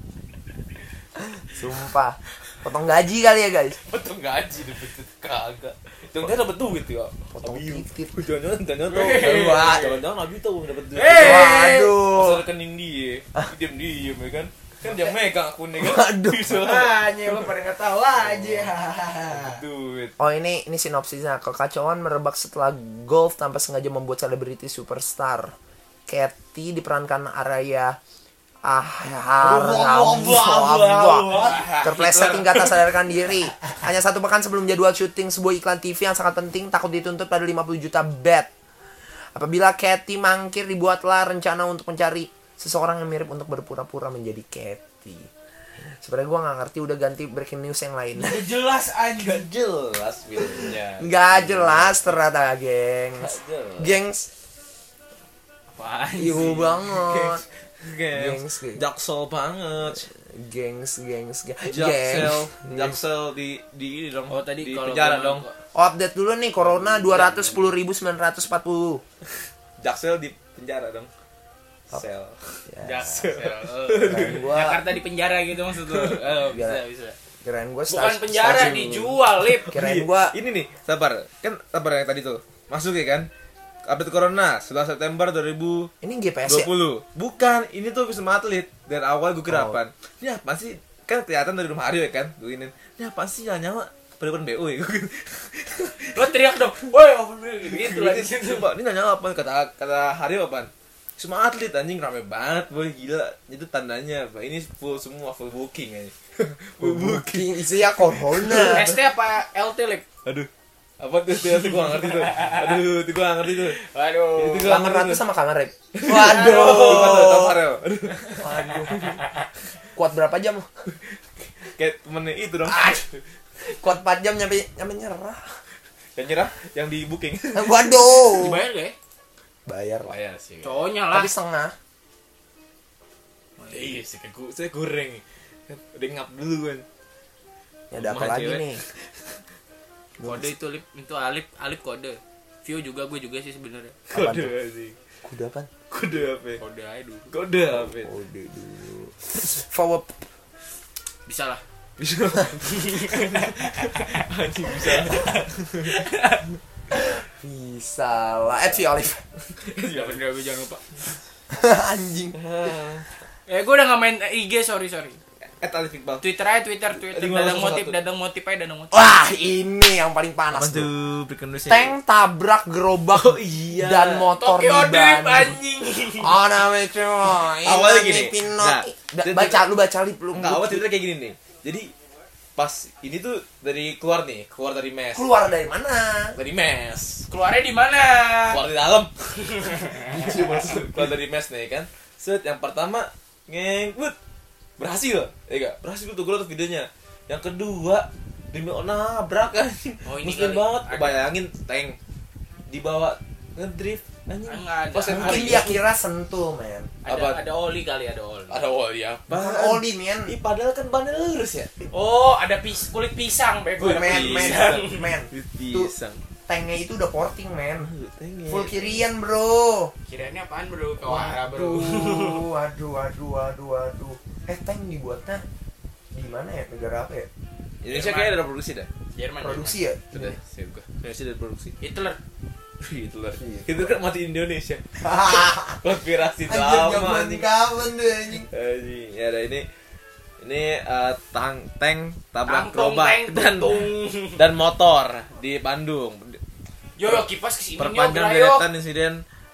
Sumpah. Potong gaji kali ya, guys.
Potong gaji dapet kagak. Jangan dapet duit ya.
Potong titit.
Jangan jangan tuh.
Wah.
Jangan Nabi tuh dapet duit.
Eh.
Waduh.
Asal rekening dia. Diam diam ya kan. Kan dia megang akunnya kan.
Waduh.
Hanya lu pada nggak tahu aja.
Duit.
Oh, ini ini sinopsisnya. Kekacauan merebak setelah golf tanpa sengaja membuat selebriti superstar Katy diperankan Araya Ah, terpleset hingga tak sadarkan diri. Hanya satu pekan sebelum jadwal syuting sebuah iklan T V yang sangat penting, takut dituntut pada lima puluh juta bet. Apabila Katy mangkir, dibuatlah rencana untuk mencari seseorang yang mirip untuk berpura-pura menjadi Katy. Sebenarnya gue nggak ngerti, udah ganti breaking news yang lain.
Udah jelas anjing.
Jelas filmnya.
Nggak jelas ternyata, gengs.
Jelas.
Gengs,
Apaan sih?
ibu banget.
Gengs,
Gengs.
jaksel banget.
Gengs, gengs, gengs.
Jaksel, jaksel di di ini dong.
Oh tadi
di
kalau
penjara
gua-
dong.
Oh, update dulu nih, Corona dua ratus sepuluh ribu sembilan ratus empat puluh.
Jaksel di penjara dong. Sel.
Ya.
Jaksel.
Kirain gua
Jakarta di penjara gitu maksud lu. Oh, bisa bisa.
kirain gua
Bukan
stas-
penjara
stasiun.
dijual, Lip.
Kirain gua
Ini nih, sabar. Kan sabar yang tadi tuh. Masuk ya kan? Update Corona sebelas September dua ribu
ini G P S
dua
ya?
puluh. Bukan, ini tuh Wisma Atlet. Dari awal gue kira
Oh.
apaan? Ini apaan sih? Kan kelihatan dari rumah Aryo ya kan? Gue ini. Ini apaan sih nyala-nyala? Pada B O ya.
Lo teriak dong. Woi, open B O gitu lagi.
Itu, Pak, ini nyala apaan? Kata kata Aryo apaan? Wisma Atlet anjing rame banget, boy, gila. Itu tandanya, Pak. Ini full semua full booking aja. Full booking.
Booking isinya corona.
S T apa L T, Lip?
Aduh. Apa tuh? Itu gue gak ngerti tuh. Aduh, itu gue gak ngerti tuh.
Waduh.
Itu gua
Kamar
ngerti
ratu
tuh.
sama kamar rep.
Itu
Waduh.
tahu Farel. Aduh.
Waduh. Kuat berapa jam?
Kayak temennya itu dong.
Kuat empat jam nyampe nyampe nyerah.
Yang nyerah, yang di booking.
Waduh.
Dibayar gak ya?
Bayar lah.
Bayar sih.
Cowoknya lah.
Tapi setengah.
Iya sih, kayak gu- saya goreng. Udah ngap dulu kan.
Ya ada apa
Rumah
lagi
cewek.
nih?
Kode itu Lip, itu Alip, Alip kode. View juga gue juga sih sebenarnya.
Apaan
Kode
tuh?
sih.
Kuda apa?
Kode apa?
Kode aja dulu.
Kode apa?
Kode dulu. Forward.
Bisa lah.
Bisa. Anjing bisa.
Bisa lah. Eh, si Olive.
Jangan gue jangan lupa.
Anjing.
Eh, gue udah nggak main I G, sorry sorry.
Et Alif Iqbal.
Twitter aja Twitter Twitter.
lima
Dadang
nol satu.
motif, dadang motif aja, dadang motif.
Wah, ini yang paling panas tuh.
tuh? Bikin Indonesia.
Tank tabrak gerobak
Oh iya.
dan motor di
Tokyo Drift
Bandung.
anjing.
Oh namanya cuma
Awalnya gini.
Pino.
Nah,
Da-
jadi-
baca lu baca lip lu.
Enggak, awal ceritanya kayak gini nih. Jadi pas ini tuh dari keluar nih, keluar dari mes.
Keluar dari mana?
Dari mes.
Keluarnya di mana?
Keluar di dalam. Gitu maksud. Keluar dari mes nih kan. Set yang pertama ngengkut. Berhasil. Eh enggak, berhasil tuh gue liat videonya. Yang kedua demi nabrak anjing.
Oh, ini
Muslim
kali.
banget.
Ada.
Bayangin tank dibawa ngedrift anjing.
Enggak ada.
Pas yang
Mungkin
hari
dia
itu-
kira sentuh, men.
Ada
Apa?
ada oli kali, ada oli.
ada oli apa?
Bukan oli, men.
Ih, padahal kan bannya lurus ya.
Oh, ada pis kulit pisang bego.
Kulit
Men, men,
pisang.
men.
Pisang.
Tanknya itu udah porting, men.
Tengnya.
Full kirian, bro.
Kirainnya apaan, Bro? Kawara, Bro.
Waduh, waduh, waduh, waduh, waduh. Eh, tank dibuatnya di mana ya? Negara apa ya?
Indonesia
Jerman.
kayaknya ada produksi dah.
Jerman.
Produksi ya?
Sudah, saya buka. Indonesia ada produksi.
Jerman. Hitler.
Hitler.
Iya.
Itu kan mati Indonesia. Konspirasi
Anjir,
lama
zaman
anjing.
kapan tuh anjing?
Anjing. Ya ada ini ini eh, tang tank tabrak
Tangkong,
gerobak
tank,
dan
tung.
dan motor di Bandung.
Yo, yo, kipas kesini
Perpanjang
yo, Brayo.
deretan insiden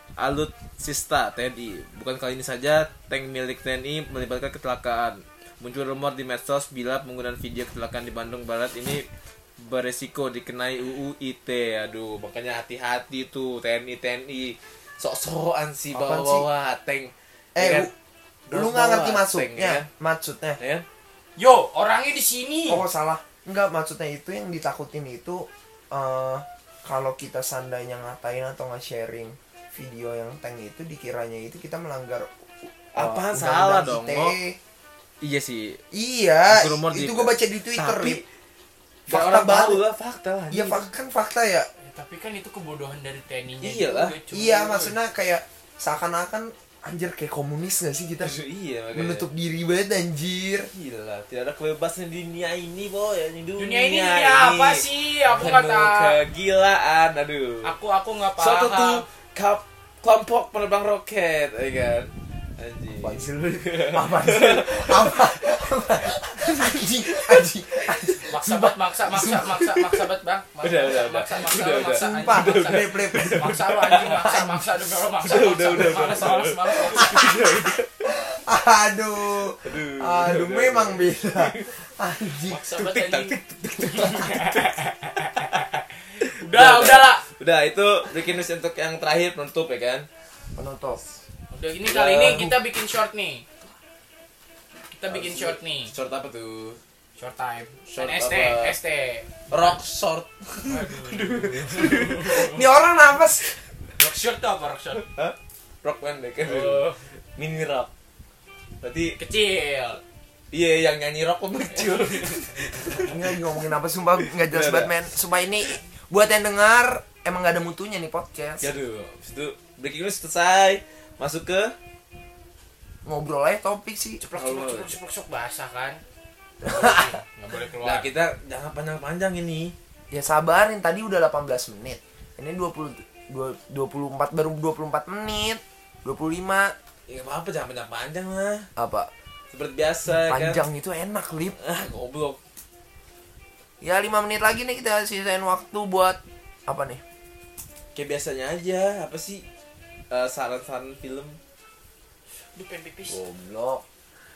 alutsista T N I. Bukan kali ini saja tank milik T N I melibatkan kecelakaan. Muncul rumor di medsos bila penggunaan video kecelakaan di Bandung Barat ini beresiko dikenai U U I T. Aduh, makanya hati-hati tuh T N I T N I sok-sokan sih
Apaan
bawa-bawa tank.
Eh,
Ya kan?
lu
Harus
nggak
bawa
ngerti
tank,
maksudnya?
ya kan?
Maksudnya?
Ya kan?
Yo, orangnya di sini.
Oh salah. Enggak, maksudnya itu yang ditakutin itu eh kalau kita seandainya ngatain atau nge-sharing video yang tank itu dikiranya itu kita melanggar uh,
Apaan?
undang-undang
Salah dong,
I T E.
Mo. Iya sih.
Iya,
Itu rumor
itu
di-
gue baca di Twitter,
Tapi
Lip.
ya
Fakta
orang tahu
baru.
lah fakta lah.
Iya, fak- kan fakta ya.
Ya, tapi kan itu kebodohan dari T N I-nya.
Iyalah.
juga, cuy.
Iya, maksudnya kayak seakan-akan anjir kayak komunis gak sih kita?
Iya, makanya.
Menutup diri banget anjir.
Gila, tidak ada kebebasan di dunia ini, boy. Di dunia,
Dunia ini dunia apa sih? Aku nggak
Penuh
tahu.
kegilaan, aduh.
Aku aku nggak paham.
Suatu tuh kap, kelompok penerbang roket, ya kan? Anjing.
Apaan sih lu? Apaan sih? Apa? Apa? Anjing, anjing, anjing.
Maksa banget, maksa, maksa, maksa, maksa banget, Bang. Maksa,
Udah, udah, udah.
maksa, maksa,
Udah,
lu, maksa,
udah.
Sumpah,
anjing, maksa.
play, play, play.
Maksa lu anjing, maksa, maksa demi Allah, maksa,
Udah,
maksa.
udah, udah,
Males,
udah.
males, males, males.
Aduh,
Aduh,
aduh,
udah,
memang
udah.
beda. Anjing.
Maksa banget anjing. Udah, udah lah.
Udah, itu bikin news untuk yang terakhir penutup ya kan?
Penutup.
Udah gini kali ini kita bikin short nih. Kita bikin short nih.
Short apa tuh?
Short time.
Short
Dan S T,
apa?
S T.
Rock short.
Ini orang nafas.
Rock short tuh apa rock short?
Hah? Rock pendek kan?
Oh,
Mini rock. Berarti
kecil.
iya yang nyanyi rock pun kecil.
Ini lagi ngomongin apa sumpah nggak jelas
Udah,
banget men. Sumpah ini buat yang dengar emang nggak ada mutunya nih podcast.
Ya aduh, habis itu breaking news selesai. Masuk ke
Ngobrol aja topik sih.
Ceplok
Oh,
ceplok
iya.
ceplok ceplok ceplok basah kan. Nggak boleh keluar.
Nah, kita jangan panjang-panjang ini.
Ya sabarin, tadi udah delapan belas menit. Ini dua puluh dua puluh empat baru dua puluh empat menit. dua puluh lima.
Ya enggak apa-apa, jangan panjang-panjang lah.
Apa?
Seperti biasa
Panjang
kan.
itu enak, Lip.
Ah, goblok.
Ya lima menit lagi nih kita sisain waktu buat apa nih?
Kayak biasanya aja, apa sih? Eh, saran-saran film.
Duh, pengen pipis.
Goblok.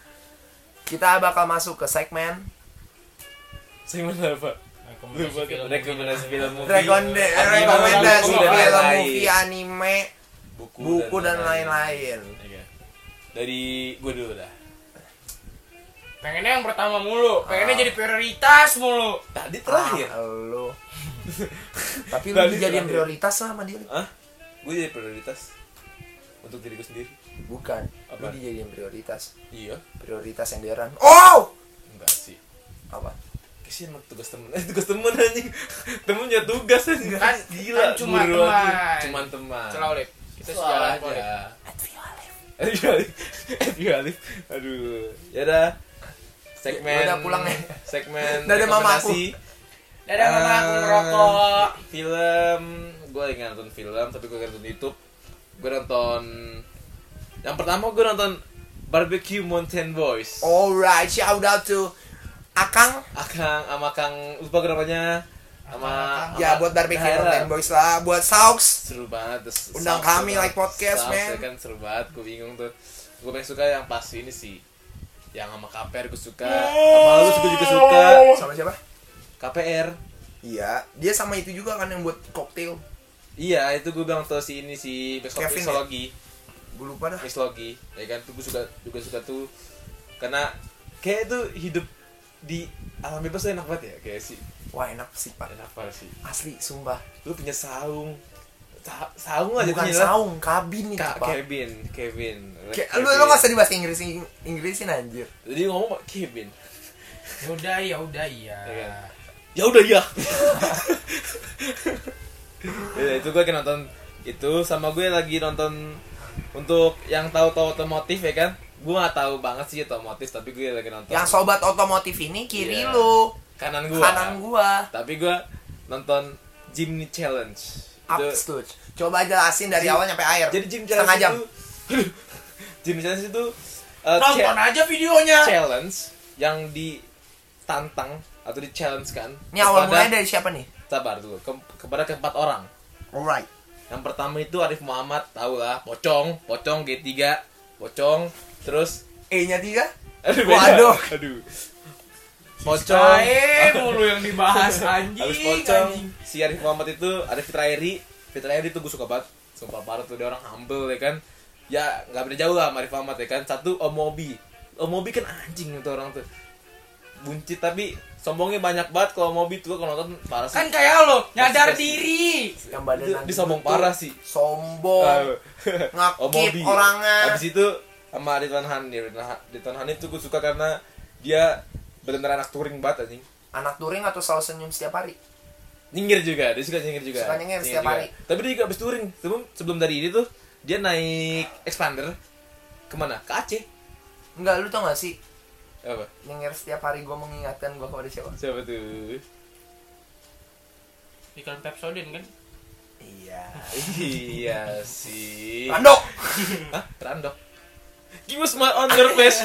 Kita bakal masuk ke segmen
Segmen apa?
Rekomendasi film.
Rekomendasi film movie.
rekomenda
Anime,
rekomendasi
buku, dan
film,
lain-lain.
movie, anime,
buku,
buku dan lain-lain.
Iya. Dari gue dulu dah.
Pengennya yang pertama mulu, pengennya jadi prioritas mulu.
Tadi terakhir.
Ah, lu. Tapi lu
Tadi
dijadiin
terakhir.
prioritas lah sama dia.
Hah? Gue jadi prioritas untuk diriku sendiri.
Bukan. Lu
Apa?
dijadiin prioritas.
Iya.
Prioritas yang deran. Oh!
Enggak sih.
Apa?
Kasihan sama tugas temen. Eh, tugas temen anjing. Temennya tugas anjing.
Kan
Gila.
kan cuma
guru
teman.
aja. Cuman teman.
Selalu Lip. Kita
Soal
sejalan
aja.
kok, Lip.
Edvi Alif. Edvi Alif. Aduh. Ya dah. Segmen.
Ya udah, pulang ya.
Segmen.
Dadah, mama aku.
rekomendasi.
Dadah mama, aku
Ah,
ngerokok.
Film. Gue lagi nggak nonton film, tapi gue nonton YouTube. Gue nonton. Yang pertama gue nonton Barbecue Mountain Boys.
Alright, shout out to Akang.
Akang sama Kang lupa gue namanya. Sama
Ya
sama
buat barbecue
Dahera.
Mountain Boys lah, buat Sauks.
Seru banget. Terus
Undang
Sauce
kami
juga.
like podcast,
Sauce
man.
ya kan seru banget. Gue bingung tuh. Gue paling suka yang pas ini sih. Yang sama K P R gue suka. Sama lu juga juga suka.
Sama siapa?
K P R.
Iya, dia sama itu juga kan yang buat koktail.
Iya, itu gue bilang tuh si ini si
Kevin,
mixologi.
Gue lupa dah.
Mixologi. Ya kan tuh gue suka juga suka tuh. Karena kayak tuh hidup di alam bebas tuh enak banget ya kayak sih.
Wah, enak sih, Pak.
Enak banget sih.
Asli, sumpah.
Lu punya saung. Sa- saung aja
Bukan
tuh nyala.
saung, kabin itu,
Ka-
Pak.
Kevin, Kevin.
Kayak, lu lu enggak usah dibahas Inggris Inggrisin anjir.
Jadi ngomong Pak Kevin.
Yaudah, ya udah iya.
Ya kan? Ya udah ya. Ya, itu gue lagi nonton itu sama gue lagi nonton untuk yang tahu-tahu otomotif ya kan. Gue nggak tahu banget sih otomotif tapi gue lagi nonton.
Yang sobat otomotif ini kiri
Iya.
lu,
kanan gue.
kanan gua.
Tapi gue nonton Jimny Challenge. Itu,
Upstairs. Coba jelasin dari
Jim-
awal sampai akhir.
jadi Jim
setengah
Challenge
jam.
itu Jimny Challenge itu uh,
Nonton
cha-
aja videonya.
challenge yang ditantang atau di challenge kan.
Ini awal
kepada-
mulai dari siapa nih?
sabar dulu ke- kepada keempat orang.
Alright.
Yang pertama itu Arif Muhammad, tahu lah, Pocong, Pocong G tiga, Pocong, terus
E-nya tiga?
aduh,
Waduh.
beda. Aduh. Pocong.
Eh, mulu yang dibahas anjing.
Habis Pocong,
anjing.
si Arif Muhammad itu ada Fitra Eri. Fitra Eri itu gue suka banget. Sumpah parah tuh dia orang humble ya kan. Ya, enggak beda jauh lah sama Arif Muhammad ya kan. Satu Om Mobi. Om Mobi kan anjing itu orang tuh. Buncit tapi sombongnya banyak banget. Kalau Mobi tuh kalau nonton parah sih.
Kan kayak lo, nyadar
Pasti-
diri.
Yang badan
Itu-
nangis
dia sombong
betul.
parah sih.
Sombong.
Om
Ngakip
Mobi.
orangnya.
Habis itu sama Ridwan Hanif. Ridwan Hanif tuh gue suka karena dia benar-benar anak touring banget anjing.
Anak touring atau selalu senyum setiap hari?
Nyengir juga, dia suka nyengir juga.
Suka nyengir setiap
juga.
hari.
Tapi dia juga habis touring. Sebelum sebelum dari ini tuh dia naik expander kemana? Ke Aceh.
Enggak, lu tau gak sih?
Apa?
Nyengir setiap hari gue mengingatkan gue kepada siapa?
Siapa tuh?
Iklan Pepsodent kan?
Iya.
Iya sih.
Rando!
Hah? Randok. Give us my on your face.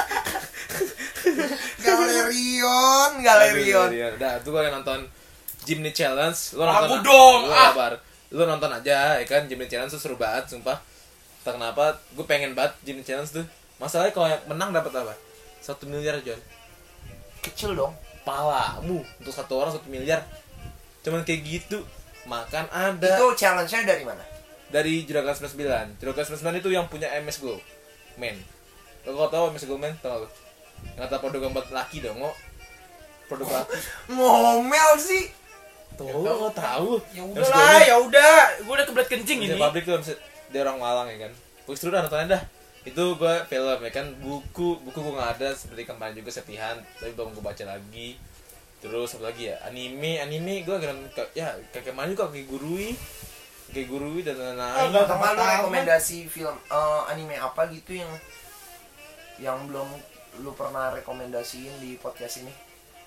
Galerion, Galerion.
Aduh, udah, tuh gue nonton Jimny Challenge. Lu
Aku
nonton
dong,
Lu
ah.
kabar. Lu nonton aja, ya kan? Jimny Challenge tuh seru banget, sumpah. Entah kenapa, gue pengen banget Jimny Challenge tuh. Masalahnya kalau yang menang dapat apa? Satu miliar, John.
Kecil dong.
Palamu untuk satu orang satu miliar. Cuman kayak gitu. Makan ada.
Itu challenge-nya dari mana?
Dari Juragan sembilan puluh sembilan. Juragan sembilan puluh sembilan itu yang punya M S Go. Men. Lo kau tahu M S Go men? Tahu lo? Yang kata produk gambar laki dong, kok. Produk laki.
Ngomel sih.
Tuh, lo tahu.
Ya
M S
udah
Go
lah,
men.
ya udah. Gue udah kebelet kencing
Punya
ini.
pabrik tuh dia orang Malang ya kan. Pokoknya seru dah nontonnya dah. Itu gue film ya kan, buku buku gue nggak ada seperti kemarin juga Setihan, tapi belum gue baca lagi. Terus apa lagi ya, anime anime gue kan ya kayak kemarin juga kayak Gurui kayak guru dan
Ah,
lain-lain.
Atau nggak lu rekomendasi film eh, anime apa gitu yang yang belum lu pernah rekomendasiin di podcast ini?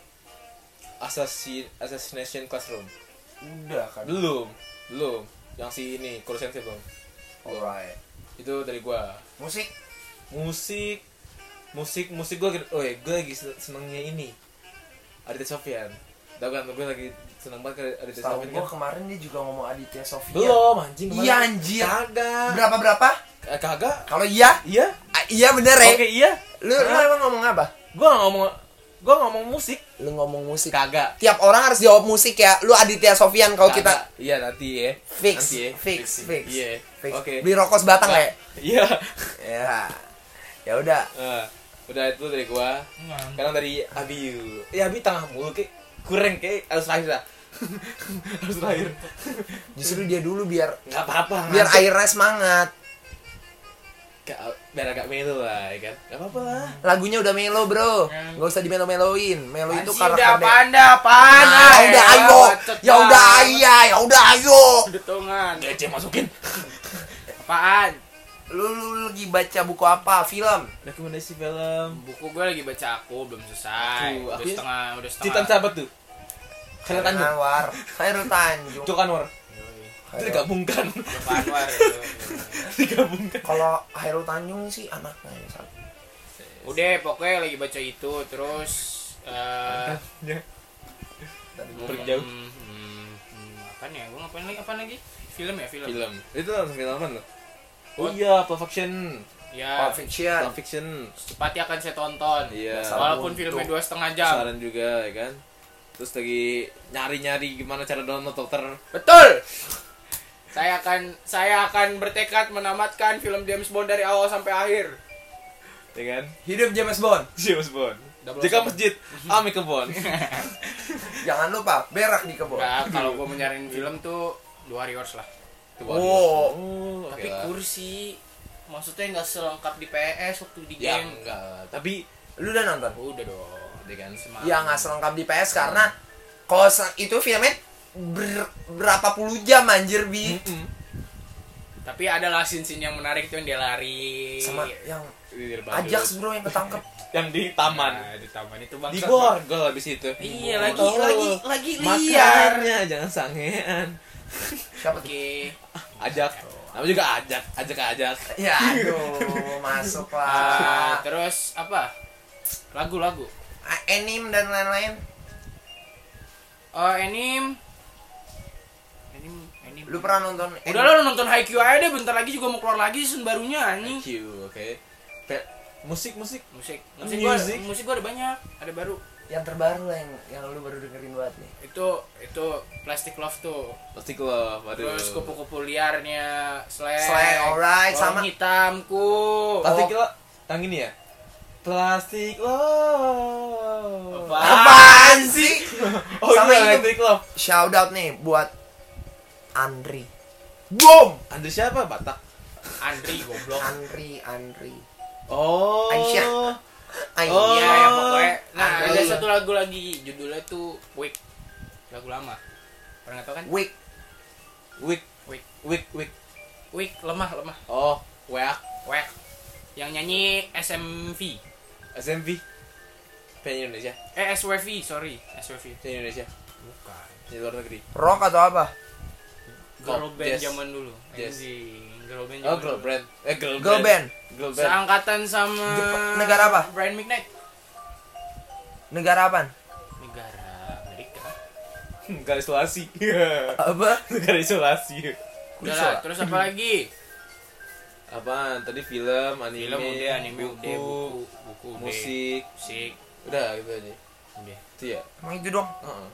Assassin Assassination Classroom.
Udah kan.
Belum, belum. Yang si ini Kurosense belum.
Alright.
Itu dari gua.
Musik?
Musik, musik, musik gua. Oh ya, gua lagi senengnya ini. Aditya Sofyan. Tahu kan, gua lagi seneng banget ke Aditya
Tahu
Sofyan.
gua
Kan?
kemarin dia juga ngomong Aditya Sofyan.
Belum, anjing. kemarin.
Iya, anjir.
Kagak.
Berapa berapa?
Eh, Kagak.
Kalau iya?
Iya.
Ah, iya bener ya.
Oke, iya.
Lu, lu
Hah?
emang ngomong apa?
Gua nggak ngomong, gua ngomong musik.
Lu ngomong musik.
Kagak.
Tiap orang harus jawab musik ya. Lu Aditya Sofyan kalau kita
Kagak. Iya nanti ya.
fix,
Nanti ya.
fix, fix.
Iya.
Fix.
Oke.
Beli rokok sebatang lah ya.
Iya.
Ya. Ya udah.
Eh, udah itu dari gua.
Enggak.
Sekarang dari Abiu. Ya Abi tengah mulu kayak kurang kayak harus lahir lah. harus lahir.
Justru dia dulu biar
Enggak apa-apa.
biar
ngantuk.
airnya semangat.
Gak, biar agak melo lah, ya kan? Gak apa-apa lah.
Lagunya udah melo, Bro.
Hmm.
Enggak usah dimelo-meloin. Melo itu
Anjing,
karakter
udah
deh.
apaan dah, apaan?
Nah,
Ah,
udah
elah,
ayo.
bacot
Ya udah
banget.
iya, ya udah ayo.
Detongan.
Gece masukin.
Apaan?
Lu, lu lagi baca buku apa? Film?
Rekomendasi film.
Buku gue lagi baca aku belum selesai.
Aku,
Udah
aku ya-
setengah, udah setengah.
Citan sahabat tuh. Kalian Tanjung.
Anwar. Khairul Tanjung.
Cuk Anwar.
Yoi.
Itu digabungkan.
Bapak Anwar. Yoi.
digabungkan.
Kalau Khairul Tanjung sih anaknya yang satu.
Udah, pokoknya lagi baca itu terus eh
Ya.
Tadi
gua-
Pergi jauh.
Hmm, hmm, hmm, apaan ya? Gue ngapain lagi? Apaan lagi? Film ya, film.
Film. Itu langsung film apa lo? Oh
What?
iya, Pulp Fiction.
Ya,
Pulp Fiction.
Pulp Fiction.
secepatnya akan saya tonton.
Iya.
Walaupun
Untuk-
filmnya dua setengah jam.
Saran juga ya kan. Terus lagi nyari-nyari gimana cara download dokter.
Betul. Saya akan saya akan bertekad menamatkan film James Bond dari awal sampai akhir.
Ya kan?
Hidup James Bond.
James Bond.
Double
Jaga
seven.
masjid. Ami kebon.
Jangan lupa berak di kebun.
Nah, kalau gue mencari film tuh The Warriors lah.
Oh.
Oh,
Tapi
oke lah.
kursi maksudnya nggak selengkap di P S waktu di
Ya
game.
enggak lah. Tapi
Lu udah nonton?
Udah dong.
dia kan
Semangat.
Ya nggak selengkap di P S karena kalau se- itu filmnya ber- berapa puluh jam anjir bi.
Tapi ada lah scene-scene yang menarik tuh yang dia lari.
Sama yang
di
Ajax bro yang ketangkep.
yang di taman.
Nah, di taman itu bang.
Di borgol habis itu.
Iya, lagi
Oh.
lagi lagi liar.
Makanya jangan sangean.
Siapa tuh?
Oke.
Ajak. Nama juga ajak, ajak ajak.
Ya aduh masuk
Ah,
lah.
terus apa? Lagu-lagu.
Ah, Anime dan lain-lain.
Oh, anime. Anime, anime.
Lu pernah nonton?
Udah lah, lu nonton Haikyuu aja deh, bentar lagi juga mau keluar lagi season barunya anjing.
Thank you, oke. Pe- Musik, musik.
Musik. Musik gua,
Music.
musik gua ada banyak, ada baru.
Yang terbaru lah yang yang lu baru dengerin banget nih.
Itu itu Plastic Love tuh.
Pasti lo, waduh.
Terus kupu-kupu liarnya Slang.
Slang, alright,
Orang
sama-
hitamku.
Plastik
Oh.
lo, yang ini ya. Plastik lo.
Apa?
Apaan sih?
Oh
Sama
iya,
itu.
Electric Love.
Shout out nih buat Andri. Boom.
Andri siapa? Batak.
Andri goblok.
Andri, Andri.
Oh.
Aisyah. Ay,
Oh.
Iya ya pokoknya. Nah,
Andri.
ada satu lagu lagi judulnya tuh Wake. Lagu lama. Pernah nggak tahu kan?
Week.
Wik,
Wake.
wik, wik.
Wake lemah lemah.
Oh, weak.
Wake. Yang nyanyi S M V.
S M V. Penyanyi Indonesia.
Eh S W V, sorry. S W V.
Penyanyi Indonesia.
Bukan.
Di luar negeri.
Rock atau apa?
Girl
Pop,
band
jazz.
zaman dulu.
Jazz.
Anjing. Girl band
Oh,
zaman
girl
dulu.
band. Eh, girl,
Girl band.
Girl band.
Seangkatan sama
Jep- negara apa?
Brian McKnight.
Negara apaan?
Negara Amerika.
Negara isolasi.
Apa?
Negara isolasi.
Udah
Bisa.
lah, terus apa lagi?
Apaan? Tadi film, anime,
Film udah, anime
buku,
udah, buku, buku udah.
musik.
Musik
Udah gitu aja.
udah.
Itu ya.
Emang itu dong.
Heeh.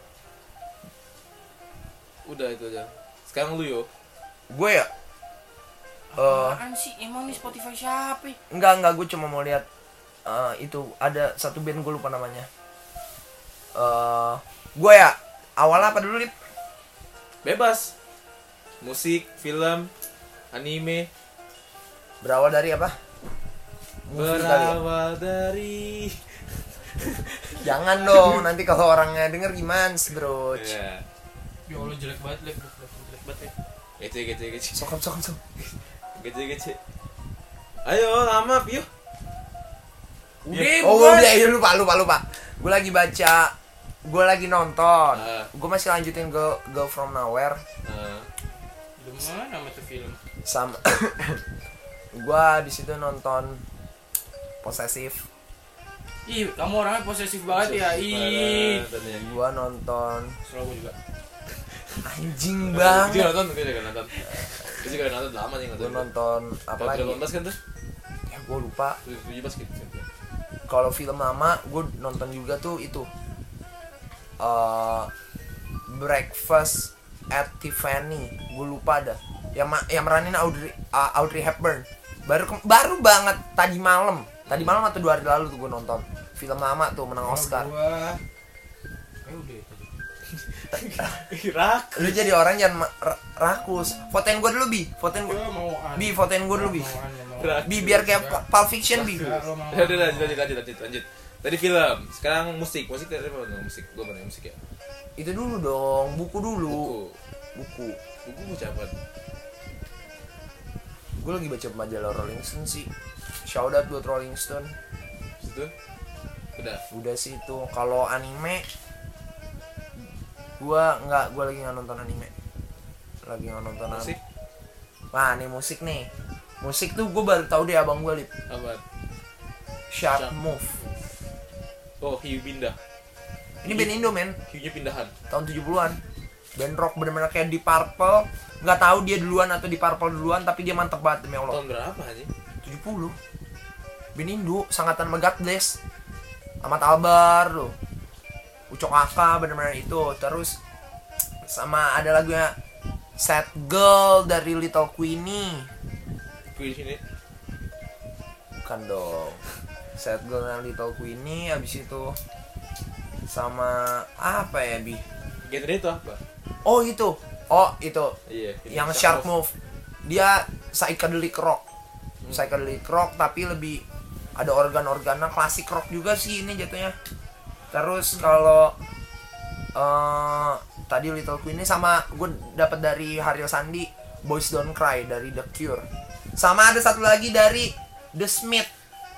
Udah itu aja. Sekarang lu yo.
Gue ya. Eh,
Apaan sih? Emang nih Spotify siapa?
enggak enggak gue cuma mau lihat eh, itu ada satu band gue lupa namanya. Eh, gue ya. Awalnya apa dulu, Lip?
Bebas. Musik, film, anime.
Berawal dari apa? Movie kali ya?
Berawal dari.
Jangan dong, nanti kalau orangnya denger gimana, bro?
Ya.
Ya Allah jelek banget, jelek, jelek, jelek banget ya.
Gece gece gece.
Sokap sokap sokap.
Gece gece. Ayo lama yuk.
Udah,
Oh
bukan.
udah, iya, lupa lupa lupa. Gue lagi baca, gue lagi nonton.
Ah.
Gue masih lanjutin Girl, Girl From Nowhere
Nah,
Gimana nama tuh film?
sama. Gue di situ nonton Possessive.
Ih, kamu orangnya posesif banget ya. Ih.
Gue nonton
Selalu juga.
anjing
Gue
banget.
juga nonton, gue juga nonton. Gue juga nonton lama nih
Gue
nonton.
nonton apa lagi?
delapan belas kan tuh?
Ya gue lupa.
tujuh belas gitu.
Kalau film lama gue nonton juga tuh itu uh, Breakfast at Tiffany. Gue lupa dah. Yang ma- yang meranin Audrey uh, Audrey Hepburn. Baru ke- baru banget tadi malam. Tadi malam atau dua hari lalu tuh gue nonton. Film lama tuh menang Oscar.
Gua eh udah tadi.
Rak.
Lu jadi orang jangan ma- ra- rakus. Fotoin gue dulu Bi. Fotoin gue.
Gua mau an.
Bi, fotoin gue dulu Bi.
Mau an, mau an.
Rak.
Bi biar kayak Pu- Pulp Fiction Bi.
Enggak, lo mau
Ya
an.
udah lanjut lanjut lanjut lanjut lanjut. Tadi film, sekarang musik. Musik tadi apa? Nggak, musik. Gue mana musik ya?
Itu dulu dong, buku dulu.
Buku.
Buku.
Buku baca apa?
Gue lagi baca majalah Rolling Stone sih. Shout out buat Rolling Stone.
Situ. Udah.
Udah sih itu. Kalau anime gua nggak, gua lagi nggak nonton anime. Lagi nggak nonton
Musik.
anime. Wah, nih musik nih. Musik tuh gua baru tahu deh abang gua Lip.
Apa?
Sharp
Sharp.
Move.
Oh, hiu pindah.
Ini band Indo men,
Hiunya pindahan.
tahun tujuh puluhan. Band rock bener-bener kayak Deep Purple. Nggak tahu dia duluan atau Deep Purple duluan, tapi dia mantep banget demi Allah.
Tahun berapa sih?
tujuh puluh. Band Indo, sangatan sama God Bless. Ahmad Albar tuh. Ucok Aka bener-bener itu. Terus sama ada lagunya Sad Girl dari Little Queenie.
Gue di sini.
Bukan dong. Sad Girl dari Little Queenie. Abis itu sama apa ya Bi?
Genre itu apa?
Oh itu. Oh itu.
Iya. ini
Yang Sharp Move. Dia psychedelic rock. Psychedelic rock tapi lebih ada organ-organnya, klasik rock juga sih ini jatuhnya. Terus kalau uh, tadi Little Queenie sama gue dapat dari Hario Sandi Boys Don't Cry dari The Cure. Sama ada satu lagi dari The Smith,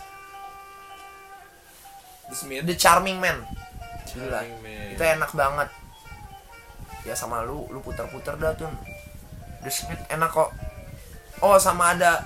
The Smith.
The Charming Man. Gila.
Charming Man.
Itu enak banget. Ya sama lu, lu puter-puter dah tuh. The Smith enak kok. Oh sama ada.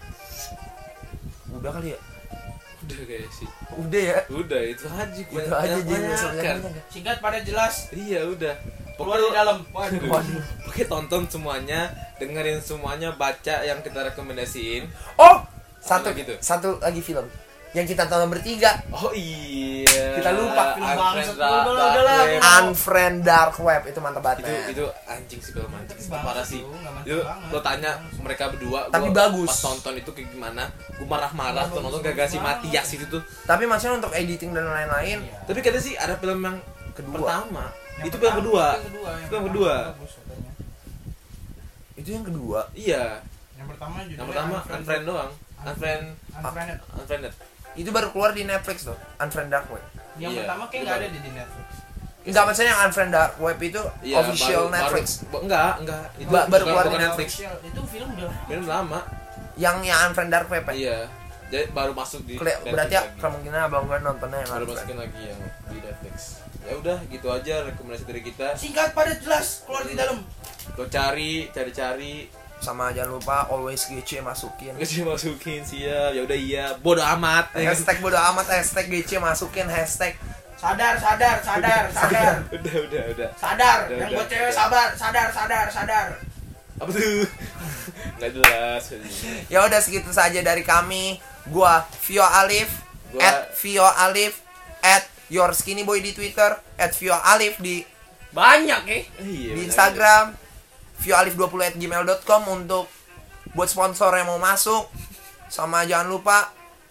Udah kali ya?
Udah kayak sih.
Udah ya?
Udah itu aja.
Itu aja jadi
kan.
Singkat pada jelas.
Iya udah.
Keluar di dalam. Waduh.
Waduh.
Pokoknya tonton semuanya, dengerin semuanya, baca yang kita rekomendasiin.
Oh, satu
gitu.
satu lagi film yang kita tonton bertiga.
Oh iya.
Kita lupa.
Film
Unfriend
bangsat.
Dark
Udah lah, udah lah.
Web.
Unfriend Dark Web itu mantap banget.
itu
men.
itu anjing sih film anjing sih,
Bangsat
parah sih.
tuh, nggak mantap
Itu
banget.
lo tanya mereka berdua,
Tapi
gua
bagus.
pas nonton itu kayak gimana, gue marah-marah
Bagus,
tuh nonton
bagus
gak si
banget.
Matias itu tuh.
Tapi maksudnya untuk editing dan lain-lain,
Iya.
Tapi katanya sih ada film yang
Kedua.
pertama,
Yang
itu
pertama,
film kedua.
Yang kedua.
Film
pertama
kedua.
bagus katanya.
itu yang kedua.
Iya,
Yang pertama judulnya
yang pertama Unfriend doang, Unfriend,
Unfriended.
Unfriended.
Itu baru keluar di Netflix tuh, Unfriend Dark Web.
Yang
Iya,
pertama kayak
itu
nggak ada
baru.
di, di Netflix.
Enggak, maksudnya yang Unfriend Dark Web itu
Iya,
official
baru-
Netflix.
baru- enggak, enggak. Itu
Ba- baru
bukan-
keluar
bukan
di
Netflix.
Official. Itu film udah
Film lama.
Yang yang Unfriend Dark Web ya?
Iya. Jadi baru masuk di
Keli-
Netflix
berarti ya
lagi.
kemungkinan abang gue nontonnya yang
Baru
Unfriend.
masukin lagi yang di Netflix. Ya udah, gitu aja rekomendasi dari kita.
singkat pada jelas keluar di dalam.
Lo cari, cari-cari,
Sama jangan lupa always G C masukin.
nggak sih masukin siap. Ya udah iya, bodo amat.
Hashtag bodo amat, hashtag G C masukin, hashtag
Sadar, sadar, sadar, sadar.
Udah, udah, udah.
Sadar,
Udah,
yang
udah,
buat cewek
udah.
sabar, sadar, sadar, sadar.
Apa tuh? Nggak jelas.
Ya udah segitu saja dari kami. Gua Vio Alif
Gua-
at Vio Alif at Your Skinny Boy di Twitter, at Vio Alif di
Banyak ya.
Iya,
di
benar.
Instagram, vio alif dua puluh at gmail dot com untuk buat sponsor yang mau masuk. Sama jangan lupa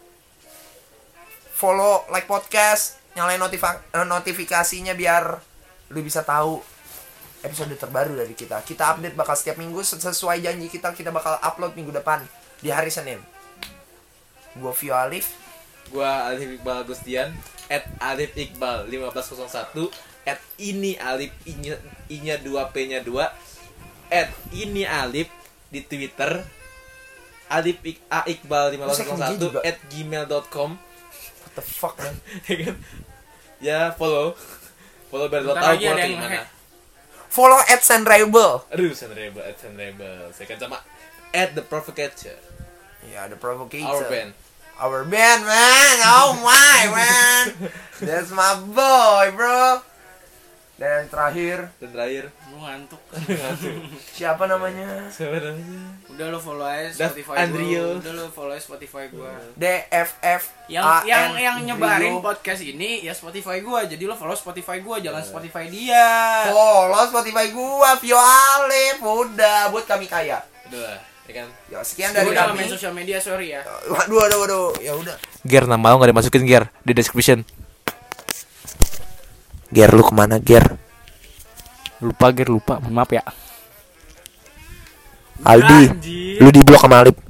follow, like podcast, nyalain notifa- eh, notifikasinya biar lu bisa tahu episode terbaru dari kita. Kita update bakal setiap minggu sesuai janji kita, kita bakal upload minggu depan di hari Senin. Gua Vio Alif.
Gua Alif Iqbal Agustian at Alif Iqbal lima belas nol satu at ini Alif I-nya, I-nya dua P-nya dua at ini Alip di Twitter, Alip Ik- A Iqbal lima nol nol satu at gmail dot com.
What the fuck man?
Ya kan? Ya follow, follow biar lo
Bentar
tahu
lagi
gue
ada
di
yang
mana.
nge-hack.
Follow at Sandrebel.
Aduh, Sunrebel, at Sunrebel. Saya kan sama at the Provocateur,
Ya, the provocator.
our band.
Our band, man. Oh my, man. That's my boy, bro. Dan yang terakhir,
Dan terakhir,
Lu ngantuk.
siapa namanya?
siapa namanya?
Udah lo follow aja
Dav
Spotify
Andrio.
gua. Udah lo follow aja Spotify gua.
D F F
Yang
A N
yang yang nyebarin
Rio.
podcast ini ya Spotify gua. Jadi lo follow Spotify gua, jangan Spotify dia.
Follow Spotify gua, Vio Alif. Udah, buat kami kaya.
Udah lah, ya kan?
Ya, sekian
Gua
dari
udah
kami.
main sosial media, sorry ya.
Waduh, waduh, waduh. Ya udah.
Gear nama lo nggak dimasukin Gear di description.
Ger, lu kemana, Ger?
Lupa Gear, lupa. Maaf ya.
Aldi,
Anjir.
lu di blok sama Alif.